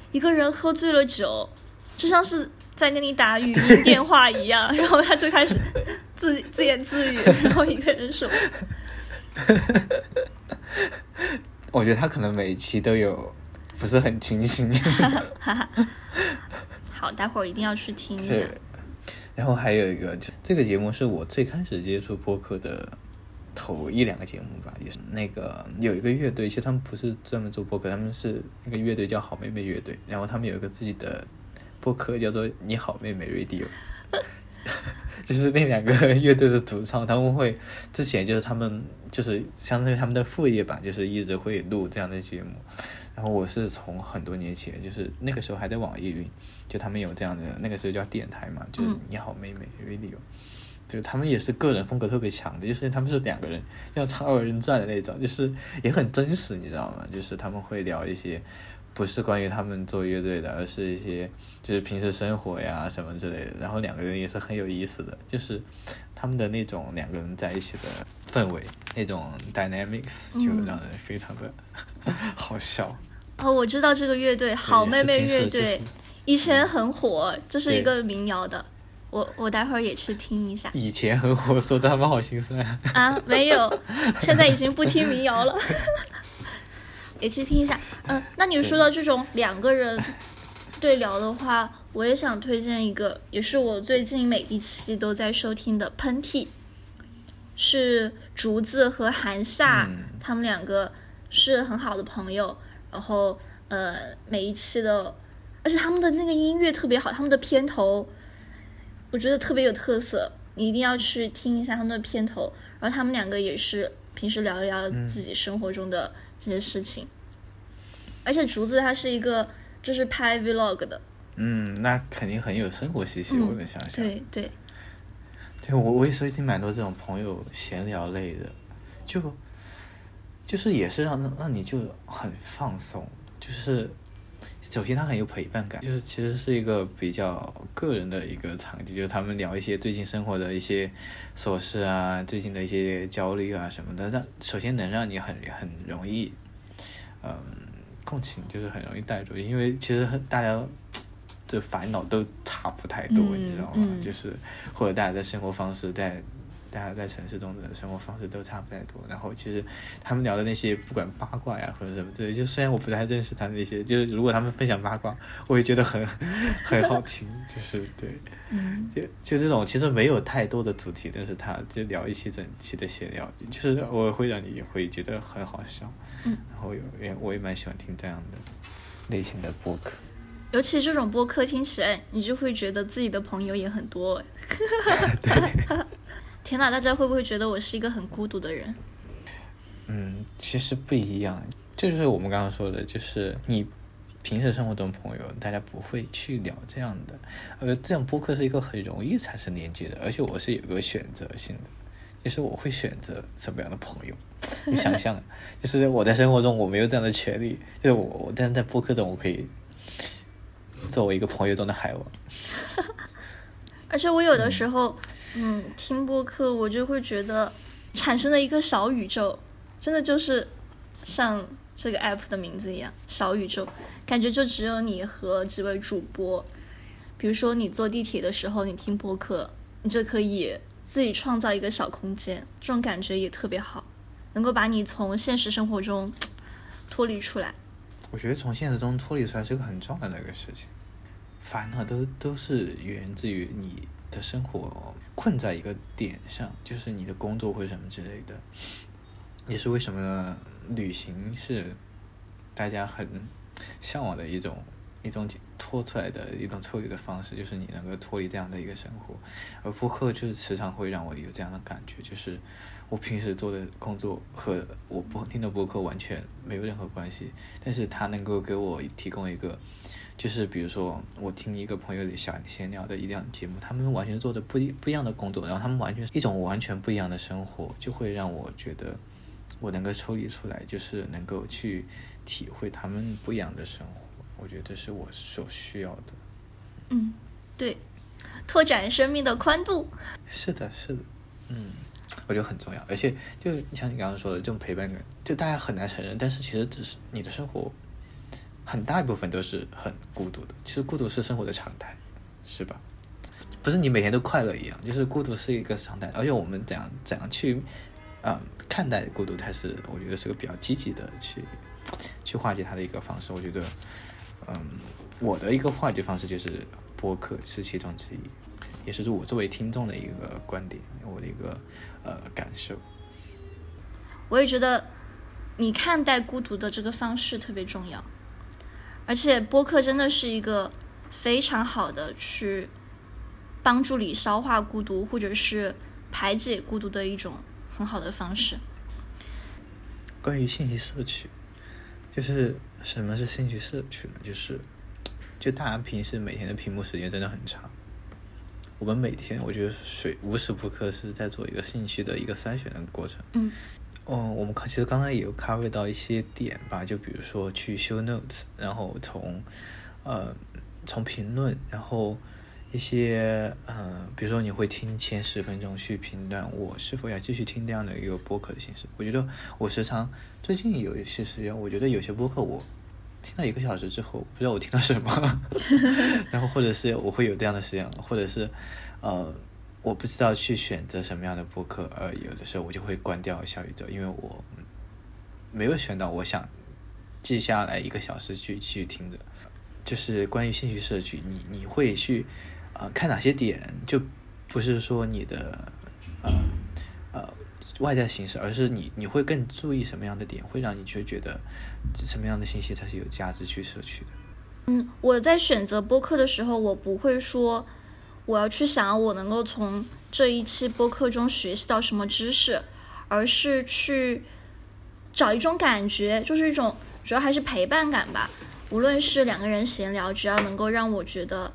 一个人喝醉了酒，就像是在跟你打语音电话一样，然后他就开始自自言自语，然后一个人说。 我觉得他可能每一期都有不是很清醒。 好，待会儿一定要去听一下。 然后还有一个，这个节目是我最开始接触播客的头一两个节目吧，也是那个有一个乐队，其实他们不是专门做播客，他们是那个乐队叫好妹妹乐队，然后他们有一个自己的播客叫做你好妹妹 Radio。就是那两个乐队的主唱，他们会之前就是他们就是相当于他们的副业吧，就是一直会录这样的节目。然后我是从很多年前，就是那个时候还在网易云，就他们有这样的，那个时候叫电台嘛，就是你好妹妹 Radio。就他们也是个人风格特别强的，就是他们是两个人像唱二人转的那种，就是也很真实，你知道吗？就是他们会聊一些不是关于他们做乐队的，而是一些就是平时生活呀什么之类的，然后两个人也是很有意思的，就是他们的那种两个人在一起的氛围，那种 dynamics 就让人非常的、嗯、好笑。 哦，我知道这个乐队好妹妹乐队以前很火，这、就是一个民谣的，我我待会儿也去听一下。 以前很火，说的他们好心酸啊！没有，现在已经不听民谣了。也去听一下。嗯、呃，那你说到这种两个人对聊的话，我也想推荐一个，也是我最近每一期都在收听的《喷嚏》，是竹子和韩夏、嗯、他们两个是很好的朋友，然后呃每一期的，而且他们的那个音乐特别好，他们的片头我觉得特别有特色，你一定要去听一下他们的片头。然后他们两个也是平时聊一聊自己生活中的这些事情、嗯、而且竹子他是一个就是拍 vlog 的， 嗯，那肯定很有生活气息、嗯、我能想象。 对对对，我我也收听蛮多这种朋友闲聊类的，就就是也是让让你就很放松，就是首先它很有陪伴感，就是其实是一个比较个人的一个场景，就是他们聊一些最近生活的一些琐事啊，最近的一些焦虑啊什么的，让首先能让你很很容易嗯共情，就是很容易带入，因为其实大家的烦恼都差不太多、嗯、你知道吗、嗯、就是或者大家的生活方式在大家在城市中的生活方式都差不太多，然后其实他们聊的那些不管八卦呀或者什么之类，就虽然我不太认识他们那些，就是如果他们分享八卦我也觉得很很好听，就是对、嗯、就就这种其实没有太多的主题，但是他就聊一期整期的闲聊，就是我会让你会觉得很好笑、嗯、然后有我也蛮喜欢听这样的类型的播客， 尤其这种播客听起来你就会觉得自己的朋友也很多对天哪，大家会不会觉得我是一个很孤独的人？ 嗯，其实不一样，这就是我们刚刚说的，就是你平时生活中朋友大家不会去聊这样的，呃，这样播客是一个很容易产生连接的，而且我是有个选择性的，就是我会选择什么样的朋友。你想象就是我在生活中我没有这样的权利，就是我我但是在播客中我可以作为一个朋友中的海王。 而且我有的时候嗯, 嗯听播客我就会觉得产生了一个小宇宙，真的就是像这个 app 的名字一样，小宇宙，感觉就只有你和几位主播，比如说你坐地铁的时候你听播客，你就可以自己创造一个小空间，这种感觉也特别好，能够把你从现实生活中脱离出来。 我觉得从现实中脱离出来是个很重要的一个事情，烦恼都都是源自于你的生活困在一个点上，就是你的工作或者什么之类的，也是为什么旅行是大家很向往的一种一种脱出来的一种抽离的方式，就是你能够脱离这样的一个生活。而播客就是时常会让我有这样的感觉，就是我平时做的工作和我播听的播客完全没有任何关系，但是它能够给我提供一个，就是比如说我听一个朋友的小闲聊的一档节目，他们完全做的不一不一样的工作，然后他们完全一种完全不一样的生活，就会让我觉得我能够抽离出来，就是能够去体会他们不一样的生活，我觉得这是我所需要的。 嗯，对，拓展生命的宽度。 是的是的，嗯，我觉得很重要，而且就像你刚刚说的这种陪伴感，就大家很难承认，但是其实只是你的生活很大一部分都是很孤独的。其实孤独是生活的常态，是吧？不是你每天都快乐一样，就是孤独是一个常态，而且我们怎样怎样去，嗯，看待孤独，才是我觉得是个比较积极的去去化解它的一个方式。我觉得，嗯，我的一个化解方式就是播客是其中之一，也是我作为听众的一个观点，我的一个呃感受。 我也觉得你看待孤独的这个方式特别重要，而且播客真的是一个非常好的去帮助你消化孤独或者是排解孤独的一种很好的方式。 关于信息摄取，就是什么是信息摄取呢？就是就大家平时每天的屏幕时间真的很长，我们每天我觉得水无时不刻是在做一个信息的一个筛选的过程。 嗯， 嗯，我们其实刚才也有 cover 到一些点吧，就比如说去 show notes， 然后从呃从评论，然后一些呃，比如说你会听前十分钟去评断我是否要继续听这样的一个播客的形式。我觉得我时常最近有一些时间，我觉得有些播客我听了一个小时之后，不知道我听了什么，然后或者是我会有这样的时间，或者是呃。我不知道去选择什么样的播客，呃，有的时候我就会关掉小宇宙，因为我没有选到我想记下来一个小时去去听的。就是关于信息摄取，你你会去呃看哪些点，就不是说你的呃呃外在形式，而是你你会更注意什么样的点，会让你去觉得什么样的信息才是有价值去摄取的。 嗯，我在选择播客的时候，我不会说我要去想我能够从这一期播客中学习到什么知识，而是去找一种感觉，就是一种主要还是陪伴感吧。无论是两个人闲聊，只要能够让我觉得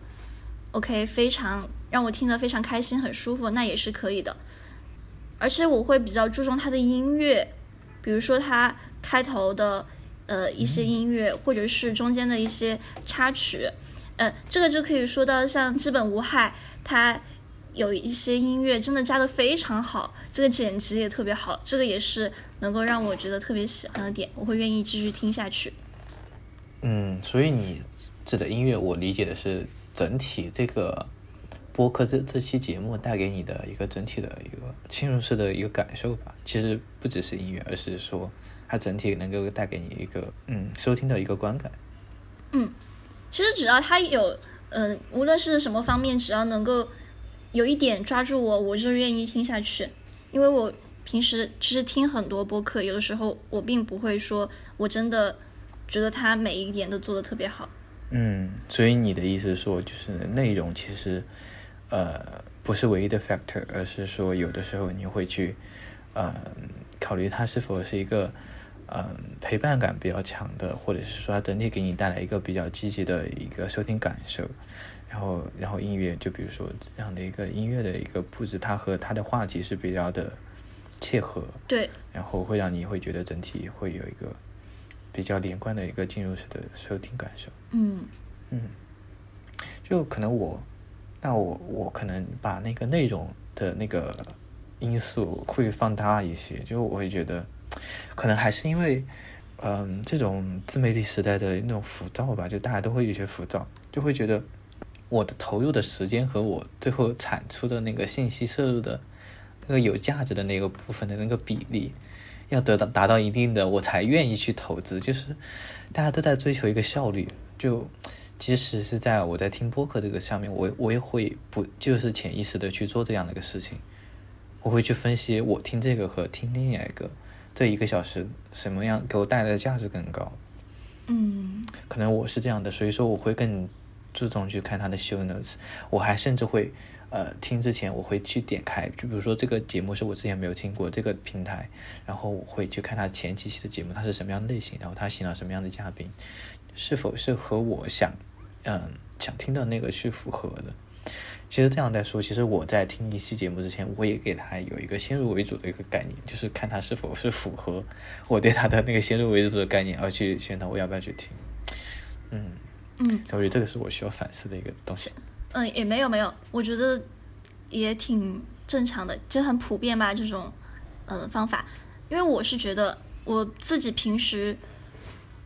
OK， 非常让我听得非常开心很舒服，那也是可以的。而且我会比较注重它的音乐，比如说它开头的呃一些音乐，或者是中间的一些插曲。呃，这个就可以说到像基本无害，它有一些音乐真的加得非常好，这个剪辑也特别好，这个也是能够让我觉得特别喜欢的点，我会愿意继续听下去。 嗯，所以你指的音乐，我理解的是整体这个播客这这期节目带给你的一个整体的一个侵入式的一个感受吧。其实不只是音乐，而是说它整体能够带给你一个嗯收听的一个观感。 嗯。其实只要他有，嗯、呃，无论是什么方面，只要能够有一点抓住我，我就愿意听下去。因为我平时其实听很多播客，有的时候我并不会说我真的觉得他每一点都做得特别好。 嗯，所以你的意思是说，就是内容其实呃不是唯一的 factor， 而是说有的时候你会去呃考虑它是否是一个嗯，陪伴感比较强的，或者是说它整体给你带来一个比较积极的一个收听感受，然后然后音乐，就比如说这样的一个音乐的一个布置，它和它的话题是比较的切合， 对， 然后会让你会觉得整体会有一个比较连贯的一个进入式的收听感受。 嗯嗯，就可能我，那我我可能把那个内容的那个因素会放大一些，就我会觉得。可能还是因为嗯这种自媒体时代的那种浮躁吧，就大家都会有些浮躁，就会觉得我的投入的时间和我最后产出的那个信息摄入的那个有价值的那个部分的那个比例要得到达到一定的我才愿意去投资，就是大家都在追求一个效率。就即使是在我在听播客这个上面，我我也会不就是潜意识的去做这样的一个事情，我会去分析我听这个和听另外一个这一个小时什么样给我带来的价值更高。 嗯， 可能我是这样的，所以说我会更注重去看他的 show notes， 我还甚至会呃听之前我会去点开，就比如说这个节目是我之前没有听过这个平台，然后我会去看他前几期的节目，他是什么样的类型，然后他请了什么样的嘉宾，是否是和我想嗯、呃、想听的那个是符合的。其实这样来说，其实我在听一期节目之前，我也给他有一个先入为主的一个概念，就是看他是否是符合我对他的那个先入为主的概念，而去选择我要不要去听。嗯嗯， 我觉得这个是我需要反思的一个东西。 嗯，也没有没有，我觉得也挺正常的，就很普遍吧这种呃方法。因为我是觉得我自己平时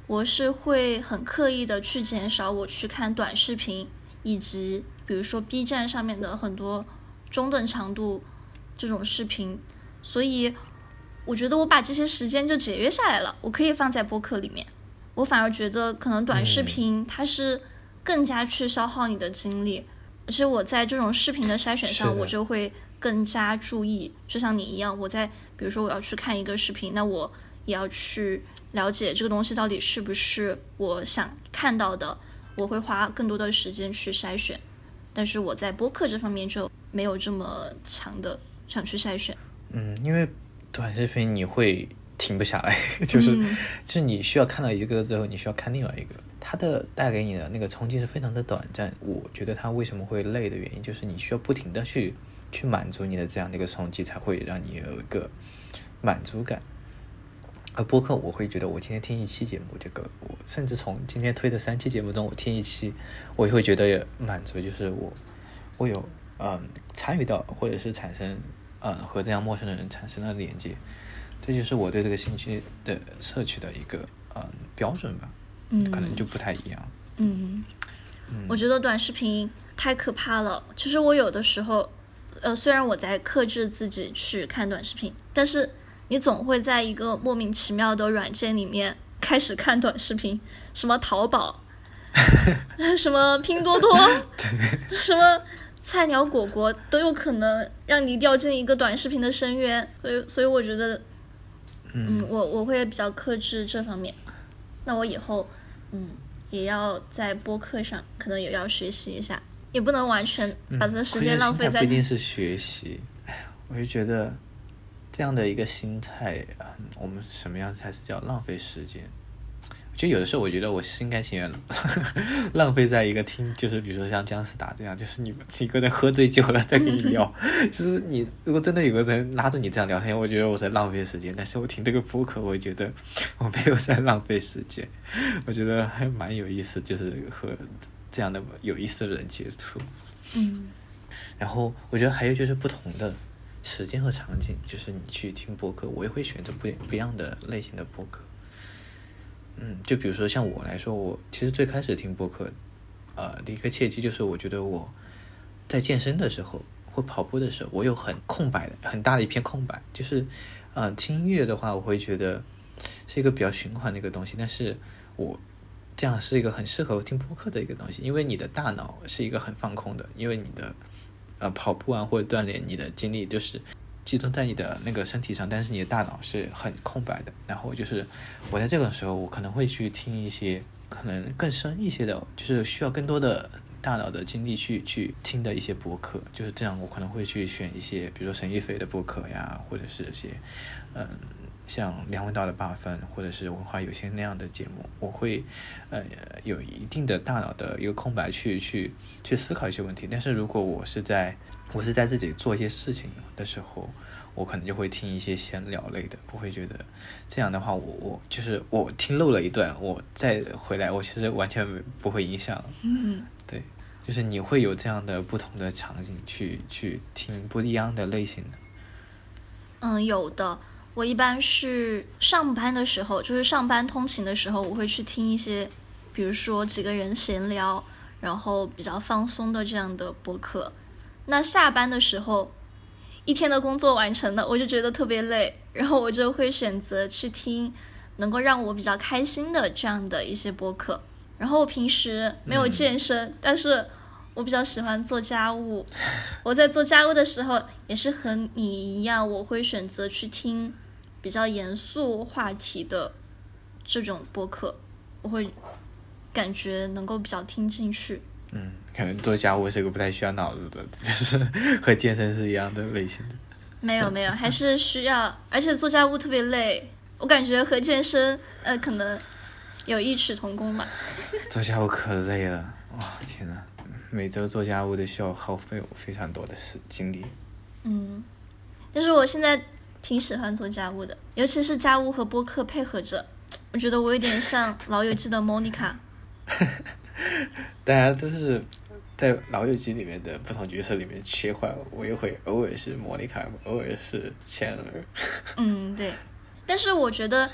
我是会很刻意的去减少我去看短视频，以及比如说 B 站上面的很多中等长度这种视频，所以我觉得我把这些时间就节约下来了，我可以放在播客里面。我反而觉得可能短视频它是更加去消耗你的精力，嗯、而且我在这种视频的筛选上我就会更加注意，就像你一样，我在比如说我要去看一个视频，那我也要去了解这个东西到底是不是我想看到的，我会花更多的时间去筛选。但是我在播客这方面就没有这么强的想去筛选。 嗯，因为短视频你会停不下来，就是、嗯、就是你需要看到一个之后，你需要看另外一个，它的带给你的那个冲击是非常的短暂。我觉得它为什么会累的原因，就是你需要不停的去去满足你的这样的一个冲击，才会让你有一个满足感。而播客我会觉得我今天听一期节目，这个我甚至从今天推的三期节目中我听一期，我也会觉得满足，就是我我有嗯参与到或者是产生嗯和这样陌生的人产生了连接，这就是我对这个兴趣的摄取的一个嗯标准吧。嗯，可能就不太一样。 嗯，嗯我觉得短视频太可怕了。其实我有的时候呃虽然我在克制自己去看短视频，但是你总会在一个莫名其妙的软件里面开始看短视频，什么淘宝什么拼多多什么菜鸟果果都有可能让你掉进一个短视频的深渊，所以所以我觉得嗯，嗯我我会比较克制这方面。那我以后嗯也要在播客上可能也要学习一下，也不能完全把这时间浪费在、 嗯、不一定是学习。我就觉得这样的一个心态，我们什么样才是叫浪费时间？就有的时候我觉得我心甘情愿浪费在一个听，就是比如说像姜思达这样，就是你一个人喝醉酒了在跟你聊，就是你如果真的有个人拉着你这样聊天，我觉得我在浪费时间。但是我听这个播客，我觉得我没有在浪费时间，我觉得还蛮有意思，就是和这样的有意思的人接触。 嗯， 然后我觉得还有就是不同的时间和场景，就是你去听播客，我也会选择不不一样的类型的播客。嗯，就比如说像我来说，我其实最开始听播客，呃，的一个契机就是我觉得我在健身的时候或跑步的时候，我有很空白的很大的一片空白，就是，呃，听音乐的话，我会觉得是一个比较循环的一个东西，但是我这样是一个很适合听播客的一个东西，因为你的大脑是一个很放空的，因为你的呃跑步啊或者锻炼，你的精力就是集中在你的那个身体上，但是你的大脑是很空白的。然后就是我在这个时候，我可能会去听一些可能更深一些的，就是需要更多的大脑的精力去去听的一些播客。就是这样，我可能会去选一些，比如说沈一菲的播客呀，或者是一些嗯像梁文道的八分或者是文化有限那样的节目，我会呃有一定的大脑的一个空白去去去思考一些问题。但是如果我是在我是在自己做一些事情的时候，我可能就会听一些闲聊类的，我会觉得这样的话，我我就是我听漏了一段，我再回来，我其实完全不会影响。 嗯， 对，就是你会有这样的不同的场景去去听不一样的类型的。 嗯，有的。我一般是上班的时候，就是上班通勤的时候，我会去听一些，比如说几个人闲聊，然后比较放松的这样的播客。那下班的时候，一天的工作完成了，我就觉得特别累，然后我就会选择去听能够让我比较开心的这样的一些播客。然后我平时没有健身、嗯、但是我比较喜欢做家务，我在做家务的时候也是和你一样，我会选择去听比较严肃话题的这种播客，我会感觉能够比较听进去。 嗯，可能做家务是个不太需要脑子的，就是和健身是一样的类型的。 没有没有，还是需要，而且做家务特别累，我感觉和健身呃可能有异曲同工吧。 做家务可累了，哇天哪！每周做家务的需要耗费我非常多的时精力。 嗯，但是我现在挺喜欢做家务的，尤其是家务和播客配合着，我觉得我有点像老友记的 Monica。 大家都是在老友记里面的不同角色里面切换，我也会偶尔是 Monica， 偶尔是 Chandler。 嗯，对。但是我觉得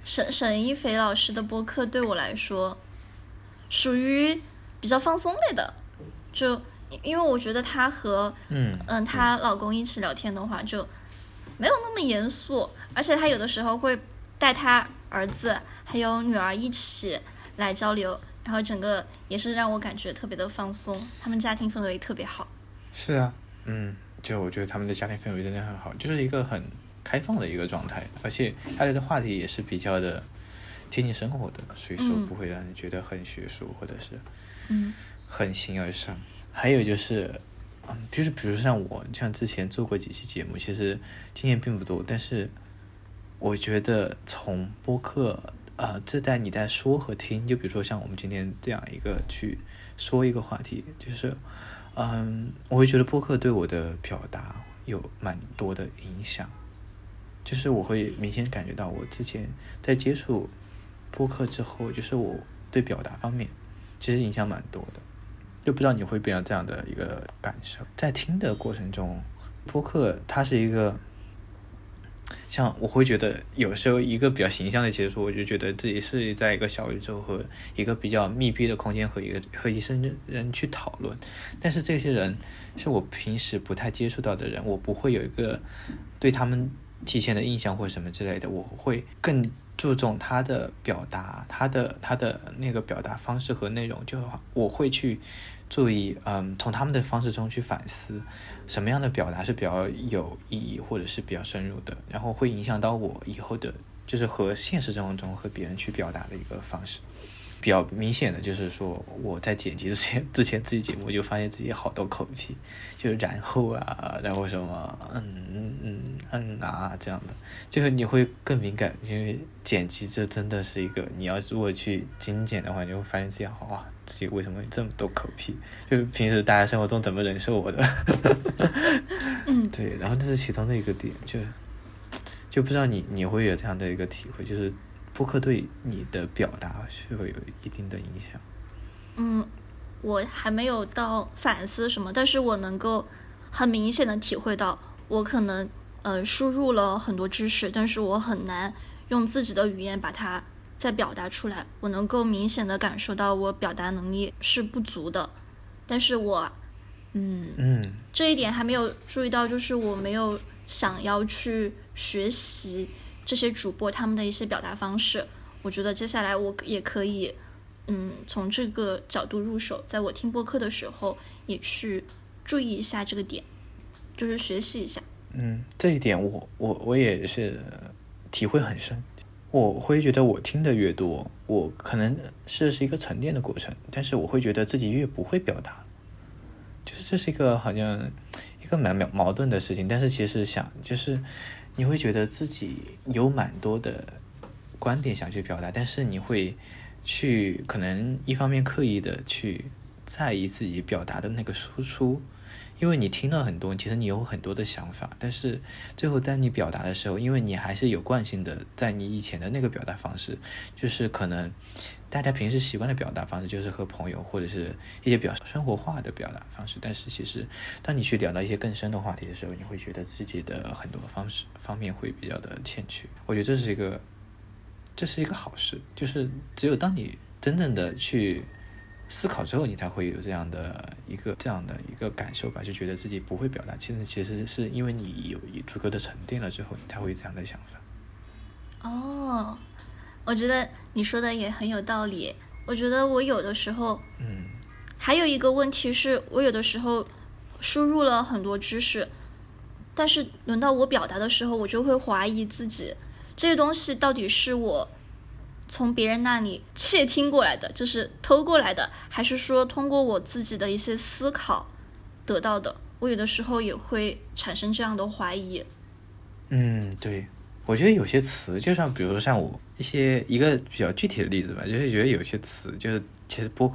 沈沈一菲老师的播客对我来说属于比较放松类的，就因为我觉得她和嗯嗯她老公一起聊天的话就没有那么严肃，而且她有的时候会带她儿子还有女儿一起来交流，然后整个也是让我感觉特别的放松，他们家庭氛围特别好。 是啊，嗯，就我觉得他们的家庭氛围真的很好，就是一个很开放的一个状态，而且他聊的话题也是比较的贴近生活的，所以说不会让人觉得很学术、嗯、或者是嗯很形而上。还有就是嗯，就是比如像我像之前做过几期节目，其实经验并不多，但是我觉得从播客呃，这在你在说和听，就比如说像我们今天这样一个去说一个话题，就是嗯，我会觉得播客对我的表达有蛮多的影响，就是我会明显感觉到我之前在接触播客之后，就是我对表达方面其实影响蛮多的，就不知道你会不会有这样的一个感受。在听的过程中，播客它是一个像我会觉得有时候一个比较形象的结束，我就觉得自己是在一个小宇宙和一个比较密闭的空间和一个和一些人去讨论，但是这些人是我平时不太接触到的人，我不会有一个对他们提前的印象或什么之类的，我会更注重他的表达，他的他的那个表达方式和内容，就我会去注意，嗯，从他们的方式中去反思什么样的表达是比较有意义或者是比较深入的，然后会影响到我以后的就是和现实生活中和别人去表达的一个方式。比较明显的就是说我在剪辑之前之前自己节目就发现自己好多口癖，就是然后啊，然后什么嗯嗯嗯嗯啊这样的，就是你会更敏感，因为剪辑这真的是一个你要如果去精简的话，你会发现自己好哇，自己为什么有这么多口癖，就是平时大家生活中怎么忍受我的嗯， 对，然后这是其中的一个点，就就不知道你你会有这样的一个体会，就是播客对你的表达是会有一定的影响。 嗯，我还没有到反思什么，但是我能够很明显的体会到，我可能呃输入了很多知识，但是我很难用自己的语言把它再表达出来。我能够明显的感受到我表达能力是不足的，但是我嗯嗯这一点还没有注意到，就是我没有想要去学习这些主播他们的一些表达方式。我觉得接下来我也可以嗯，从这个角度入手，在我听播客的时候也去注意一下这个点，就是学习一下。 嗯，这一点我我我也是体会很深。我会觉得我听的越多，我可能是是一个沉淀的过程，但是我会觉得自己越不会表达，就是这是一个好像一个蛮矛盾的事情。但是其实想就是你会觉得自己有蛮多的观点想去表达，但是你会去可能一方面刻意的去在意自己表达的那个输出，因为你听了很多，其实你有很多的想法，但是最后当你表达的时候，因为你还是有惯性的在你以前的那个表达方式，就是可能大家平时习惯的表达方式就是和朋友或者是一些比较生活化的表达方式，但是其实当你去聊到一些更深的话题的时候，你会觉得自己的很多方式方面会比较的欠缺。我觉得这是一个这是一个好事，就是只有当你真正的去思考之后，你才会有这样的一个这样的一个感受吧，就觉得自己不会表达，其实其实是因为你有足够的沉淀了之后，你才会有这样的想法。 哦，我觉得你说的也很有道理。我觉得我有的时候， 嗯， 还有一个问题是我有的时候输入了很多知识，但是轮到我表达的时候，我就会怀疑自己这些东西到底是我从别人那里窃听过来的，就是偷过来的，还是说通过我自己的一些思考得到的。我有的时候也会产生这样的怀疑。 嗯，对，我觉得有些词就像比如说像我一些一个比较具体的例子吧，就是觉得有些词就是其实播客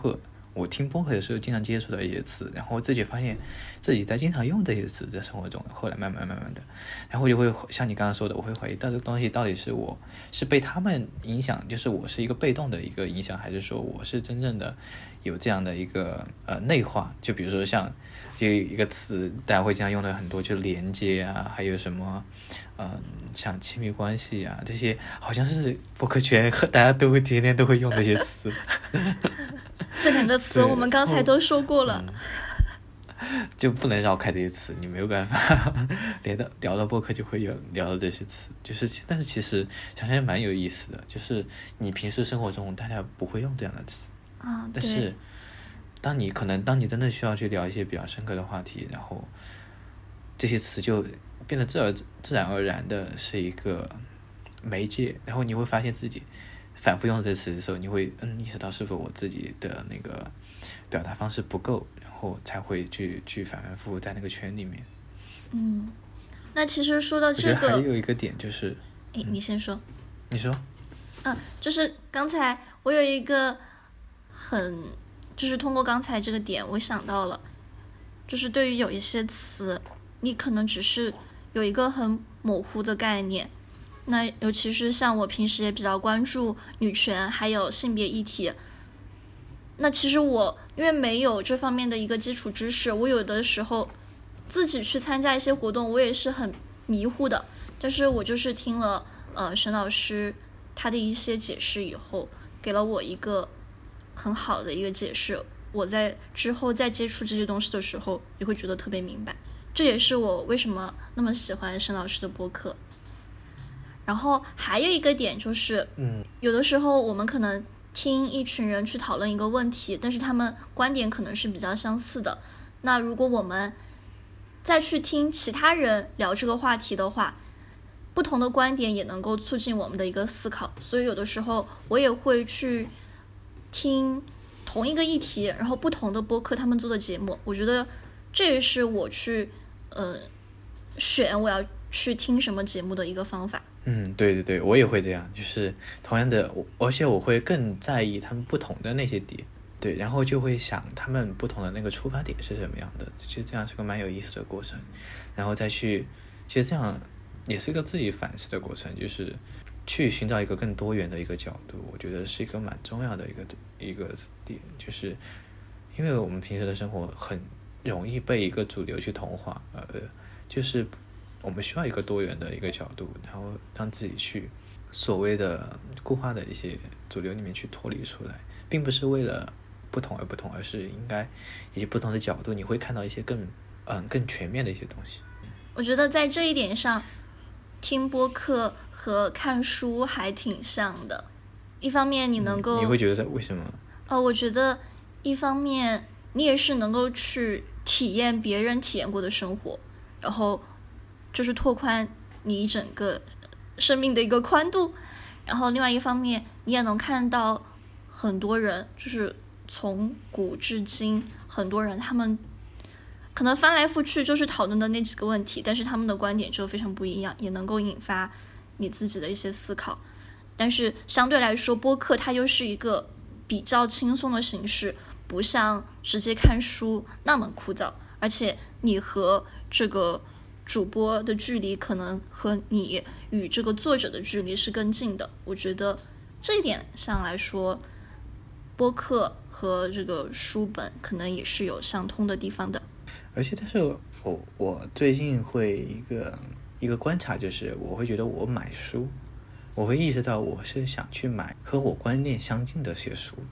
我听播客的时候经常接触到一些词，然后自己发现自己在经常用这些词在生活中，后来慢慢慢慢的，然后就会像你刚刚说的，我会怀疑到这个东西到底是我是被他们影响，就是我是一个被动的一个影响，还是说我是真正的有这样的一个呃内化。就比如说像就一个词大家会经常用的很多，就连接啊，还有什么嗯、呃、像亲密关系啊，这些好像是播客圈大家都会天天都会用这些词这两个词我们刚才都说过了、 嗯、就不能绕开这些词，你没有办法聊到聊到播客就会有聊到这些词，就是但是其实想想也蛮有意思的，就是你平时生活中大家不会用这样的词啊， 但是当你可能当你真的需要去聊一些比较深刻的话题，然后这些词就变得自而自然而然的是一个媒介，然后你会发现自己反复用这词的时候，你会嗯意识到是否我自己的那个表达方式不够，然后才会去去反反复复在那个圈里面。 嗯，那其实说到这个， 我觉得还有一个点就是， 哎、嗯，你先说。 你说。 啊，就是刚才我有一个很，就是通过刚才这个点，我想到了，就是对于有一些词，你可能只是有一个很模糊的概念。那尤其是像我平时也比较关注女权还有性别议题，那其实我因为没有这方面的一个基础知识，我有的时候自己去参加一些活动，我也是很迷糊的。但是我就是听了呃沈老师他的一些解释以后，给了我一个很好的一个解释，我在之后再接触这些东西的时候也会觉得特别明白。这也是我为什么那么喜欢沈老师的播客。然后还有一个点就是， 嗯， 有的时候我们可能听一群人去讨论一个问题，但是他们观点可能是比较相似的。那如果我们再去听其他人聊这个话题的话，不同的观点也能够促进我们的一个思考。所以有的时候我也会去听同一个议题，然后不同的播客他们做的节目，我觉得这也是我去呃选我要去听什么节目的一个方法。 嗯，对对对，我也会这样，就是同样的，而且我会更在意他们不同的那些点，对，然后就会想他们不同的那个出发点是什么样的，其实这样是个蛮有意思的过程，然后再去，其实这样也是一个自己反思的过程，就是去寻找一个更多元的一个角度，我觉得是一个蛮重要的一个一个点，就是因为我们平时的生活很容易被一个主流去同化，呃，就是我们需要一个多元的一个角度，然后让自己去所谓的固化的一些主流里面去脱离出来，并不是为了不同而不同，而是应该一些不同的角度，你会看到一些更嗯更全面的一些东西。 我觉得在这一点上，听播客和看书还挺像的。一方面你能够、 嗯、你会觉得为什么？ 呃，我觉得一方面你也是能够去体验别人体验过的生活，然后就是拓宽你整个生命的一个宽度。然后另外一方面你也能看到很多人，就是从古至今很多人他们可能翻来覆去就是讨论的那几个问题，但是他们的观点就非常不一样，也能够引发你自己的一些思考。但是相对来说播客它又是一个比较轻松的形式，不像直接看书那么枯燥，而且你和这个主播的距离可能和你与这个作者的距离是更近的。我觉得这一点上来说，播客和这个书本可能也是有相通的地方的。 而且但是我我最近会一个一个观察，就是我会觉得我买书，我会意识到我是想去买和我观念相近的些书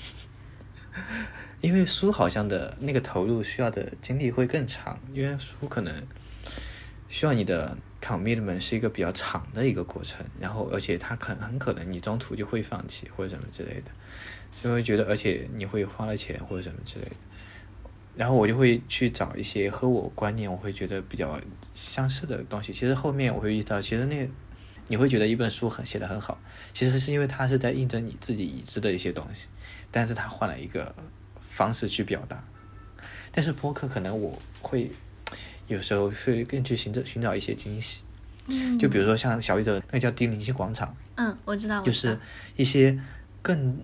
因为书好像的那个投入需要的精力会更长，因为书可能需要你的 commitment 是一个比较长的一个过程，然后而且它可能很可能你中途就会放弃或者什么之类的，就会觉得而且你会花了钱或者什么之类的，然后我就会去找一些和我观念我会觉得比较相似的东西。其实后面我会遇到，其实那你会觉得一本书很写得很好，其实是因为它是在印证你自己已知的一些东西，但是它换了一个方式去表达。但是播客可能我会有时候会更去寻找寻找一些惊喜， 嗯， 就比如说像小宇宙那个叫低灵性广场， 嗯，我知道， 就是一些更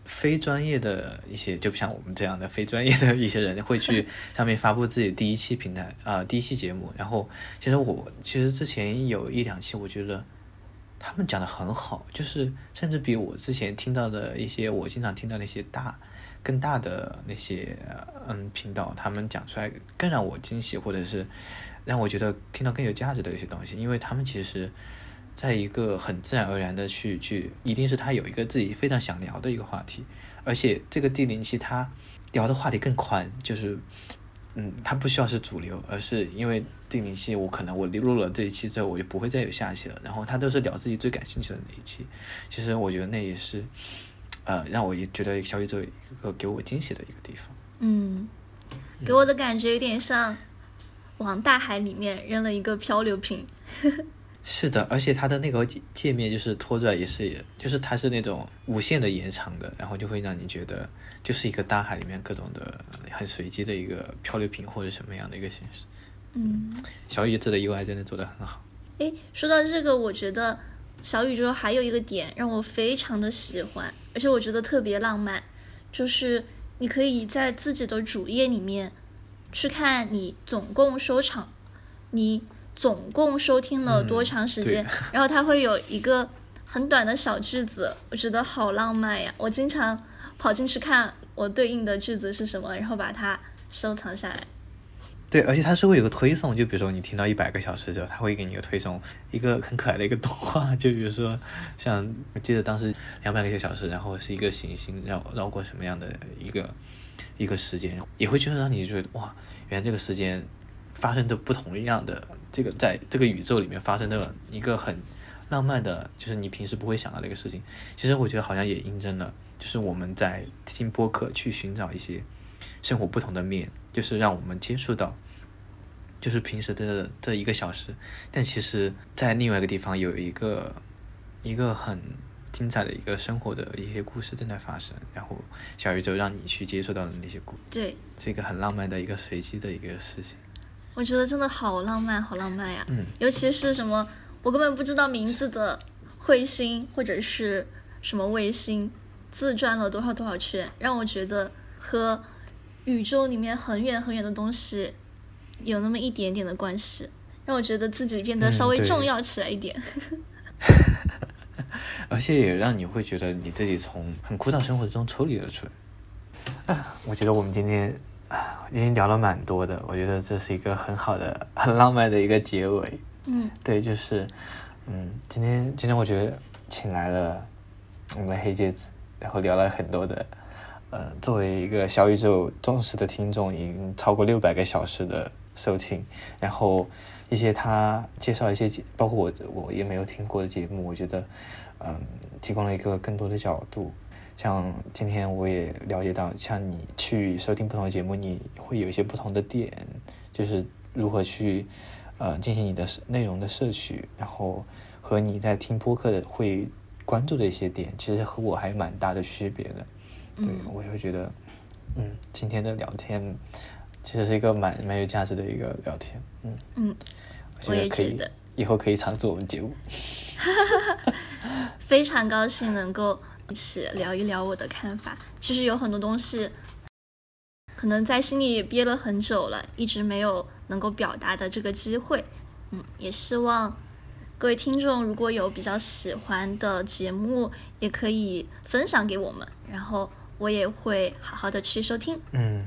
非专业的一些，就像我们这样的非专业的一些人会去上面发布自己第一期平台啊、呃、第一期节目。然后其实我其实之前有一两期我觉得他们讲的很好，就是甚至比我之前听到的一些我经常听到那些大更大的那些嗯频道，他们讲出来更让我惊喜，或者是让我觉得听到更有价值的一些东西。因为他们其实在一个很自然而然的去去，一定是他有一个自己非常想聊的一个话题，而且这个第零期他聊的话题更宽，就是嗯，他不需要是主流，而是因为第零期我可能我录了这一期之后我就不会再有下期了，然后他都是聊自己最感兴趣的那一期。其实我觉得那也是呃让我也觉得小宇宙一个给我惊喜的一个地方。 嗯，给我的感觉有点像往大海里面扔了一个漂流瓶。 是的，而且它的那个界面就是拖出来也是，就是它是那种无限的延长的，然后就会让你觉得就是一个大海里面各种的很随机的一个漂流瓶或者什么样的一个形式。 嗯， 小宇宙的 U I 真的做得很好。 诶，说到这个，我觉得小宇宙还有一个点让我非常的喜欢，而且我觉得特别浪漫，就是你可以在自己的主页里面去看你总共收场，你总共收听了多长时间、嗯、然后它会有一个很短的小句子，我觉得好浪漫呀。我经常跑进去看我对应的句子是什么，然后把它收藏下来。 对，而且它是会有个推送，就比如说你听到一百个小时之后，它会给你一个推送，一个很可爱的一个动画，就比如说像我记得当时两百个小时，然后是一个行星绕绕过什么样的一个一个时间，也会觉得让你觉得哇，原来这个时间发生的不同样的这个在这个宇宙里面发生的一个很浪漫的，就是你平时不会想到的一个事情。其实我觉得好像也印证了，就是我们在听播客去寻找一些生活不同的面，就是让我们接触到就是平时的这一个小时，但其实在另外一个地方有一个一个很精彩的一个生活的一些故事正在发生，然后小宇宙让你去接触到的那些故事， 对， 是一个很浪漫的一个随机的一个事情。 我觉得真的好浪漫好浪漫呀、 嗯、 尤其是什么我根本不知道名字的彗星或者是什么卫星自转了多少多少圈，让我觉得和宇宙里面很远很远的东西有那么一点点的关系，让我觉得自己变得稍微重要起来一点、嗯、 而且也让你会觉得你自己从很枯燥生活中抽离了出来、啊、我觉得我们今天啊，已经聊了蛮多的，我觉得这是一个很好的很浪漫的一个结尾。 嗯， 对，就是嗯，今天今天我觉得请来了我们黑戒指，然后聊了很多的呃，作为一个小宇宙忠实的听众，已经超过六百个小时的收听，然后一些他介绍一些包括我我也没有听过的节目，我觉得嗯，提供了一个更多的角度。像今天我也了解到，像你去收听不同的节目，你会有一些不同的点，就是如何去呃进行你的内容的摄取，然后和你在听播客的会关注的一些点，其实和我还蛮大的区别的。对，我就会觉得嗯，今天的聊天其实是一个蛮蛮有价值的一个聊天。嗯嗯， 我觉得可以，以后可以常做我们节目。 非常高兴能够一起聊一聊我的看法。其实有很多东西可能在心里也憋了很久了，一直没有能够表达的这个机会。嗯，也希望各位听众如果有比较喜欢的节目，也可以分享给我们，然后我也会好好的去收听。 嗯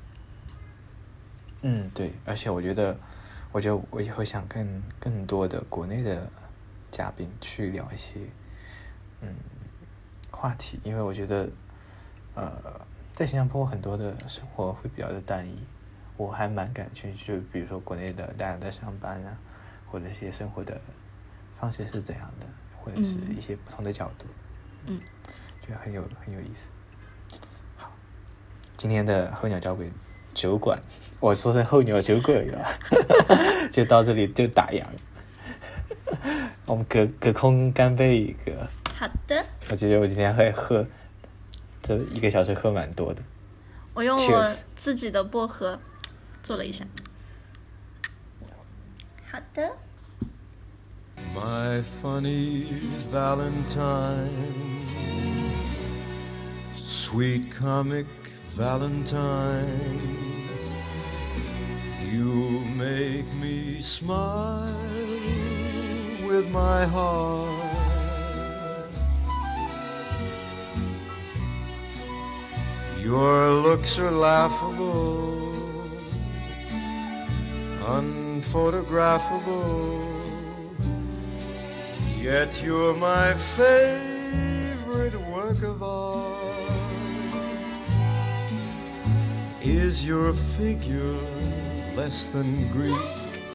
嗯，对，而且我觉得我觉得我也会想跟更多的国内的嘉宾去聊一些嗯话题，因为我觉得呃在新加坡很多的生活会比较的单一，我还蛮感兴趣，就比如说国内的大家在上班啊，或者一些生活的方式是怎样的，或者是一些不同的角度。 嗯， 觉得很有很有意思。好，今天的候鸟酒馆酒馆，我说成候鸟酒馆了，就到这里就打烊。我们隔隔空干杯一个。 好的。 我觉得我今天会喝，这一个小时喝蛮多的。 我用我自己的薄荷做了一下。好的。 My funny Valentine, Sweet comic Valentine, you make me smile with my heart. Your looks are laughable, unphotographable, yet you're my favorite work of art. Is your figure less than Greek?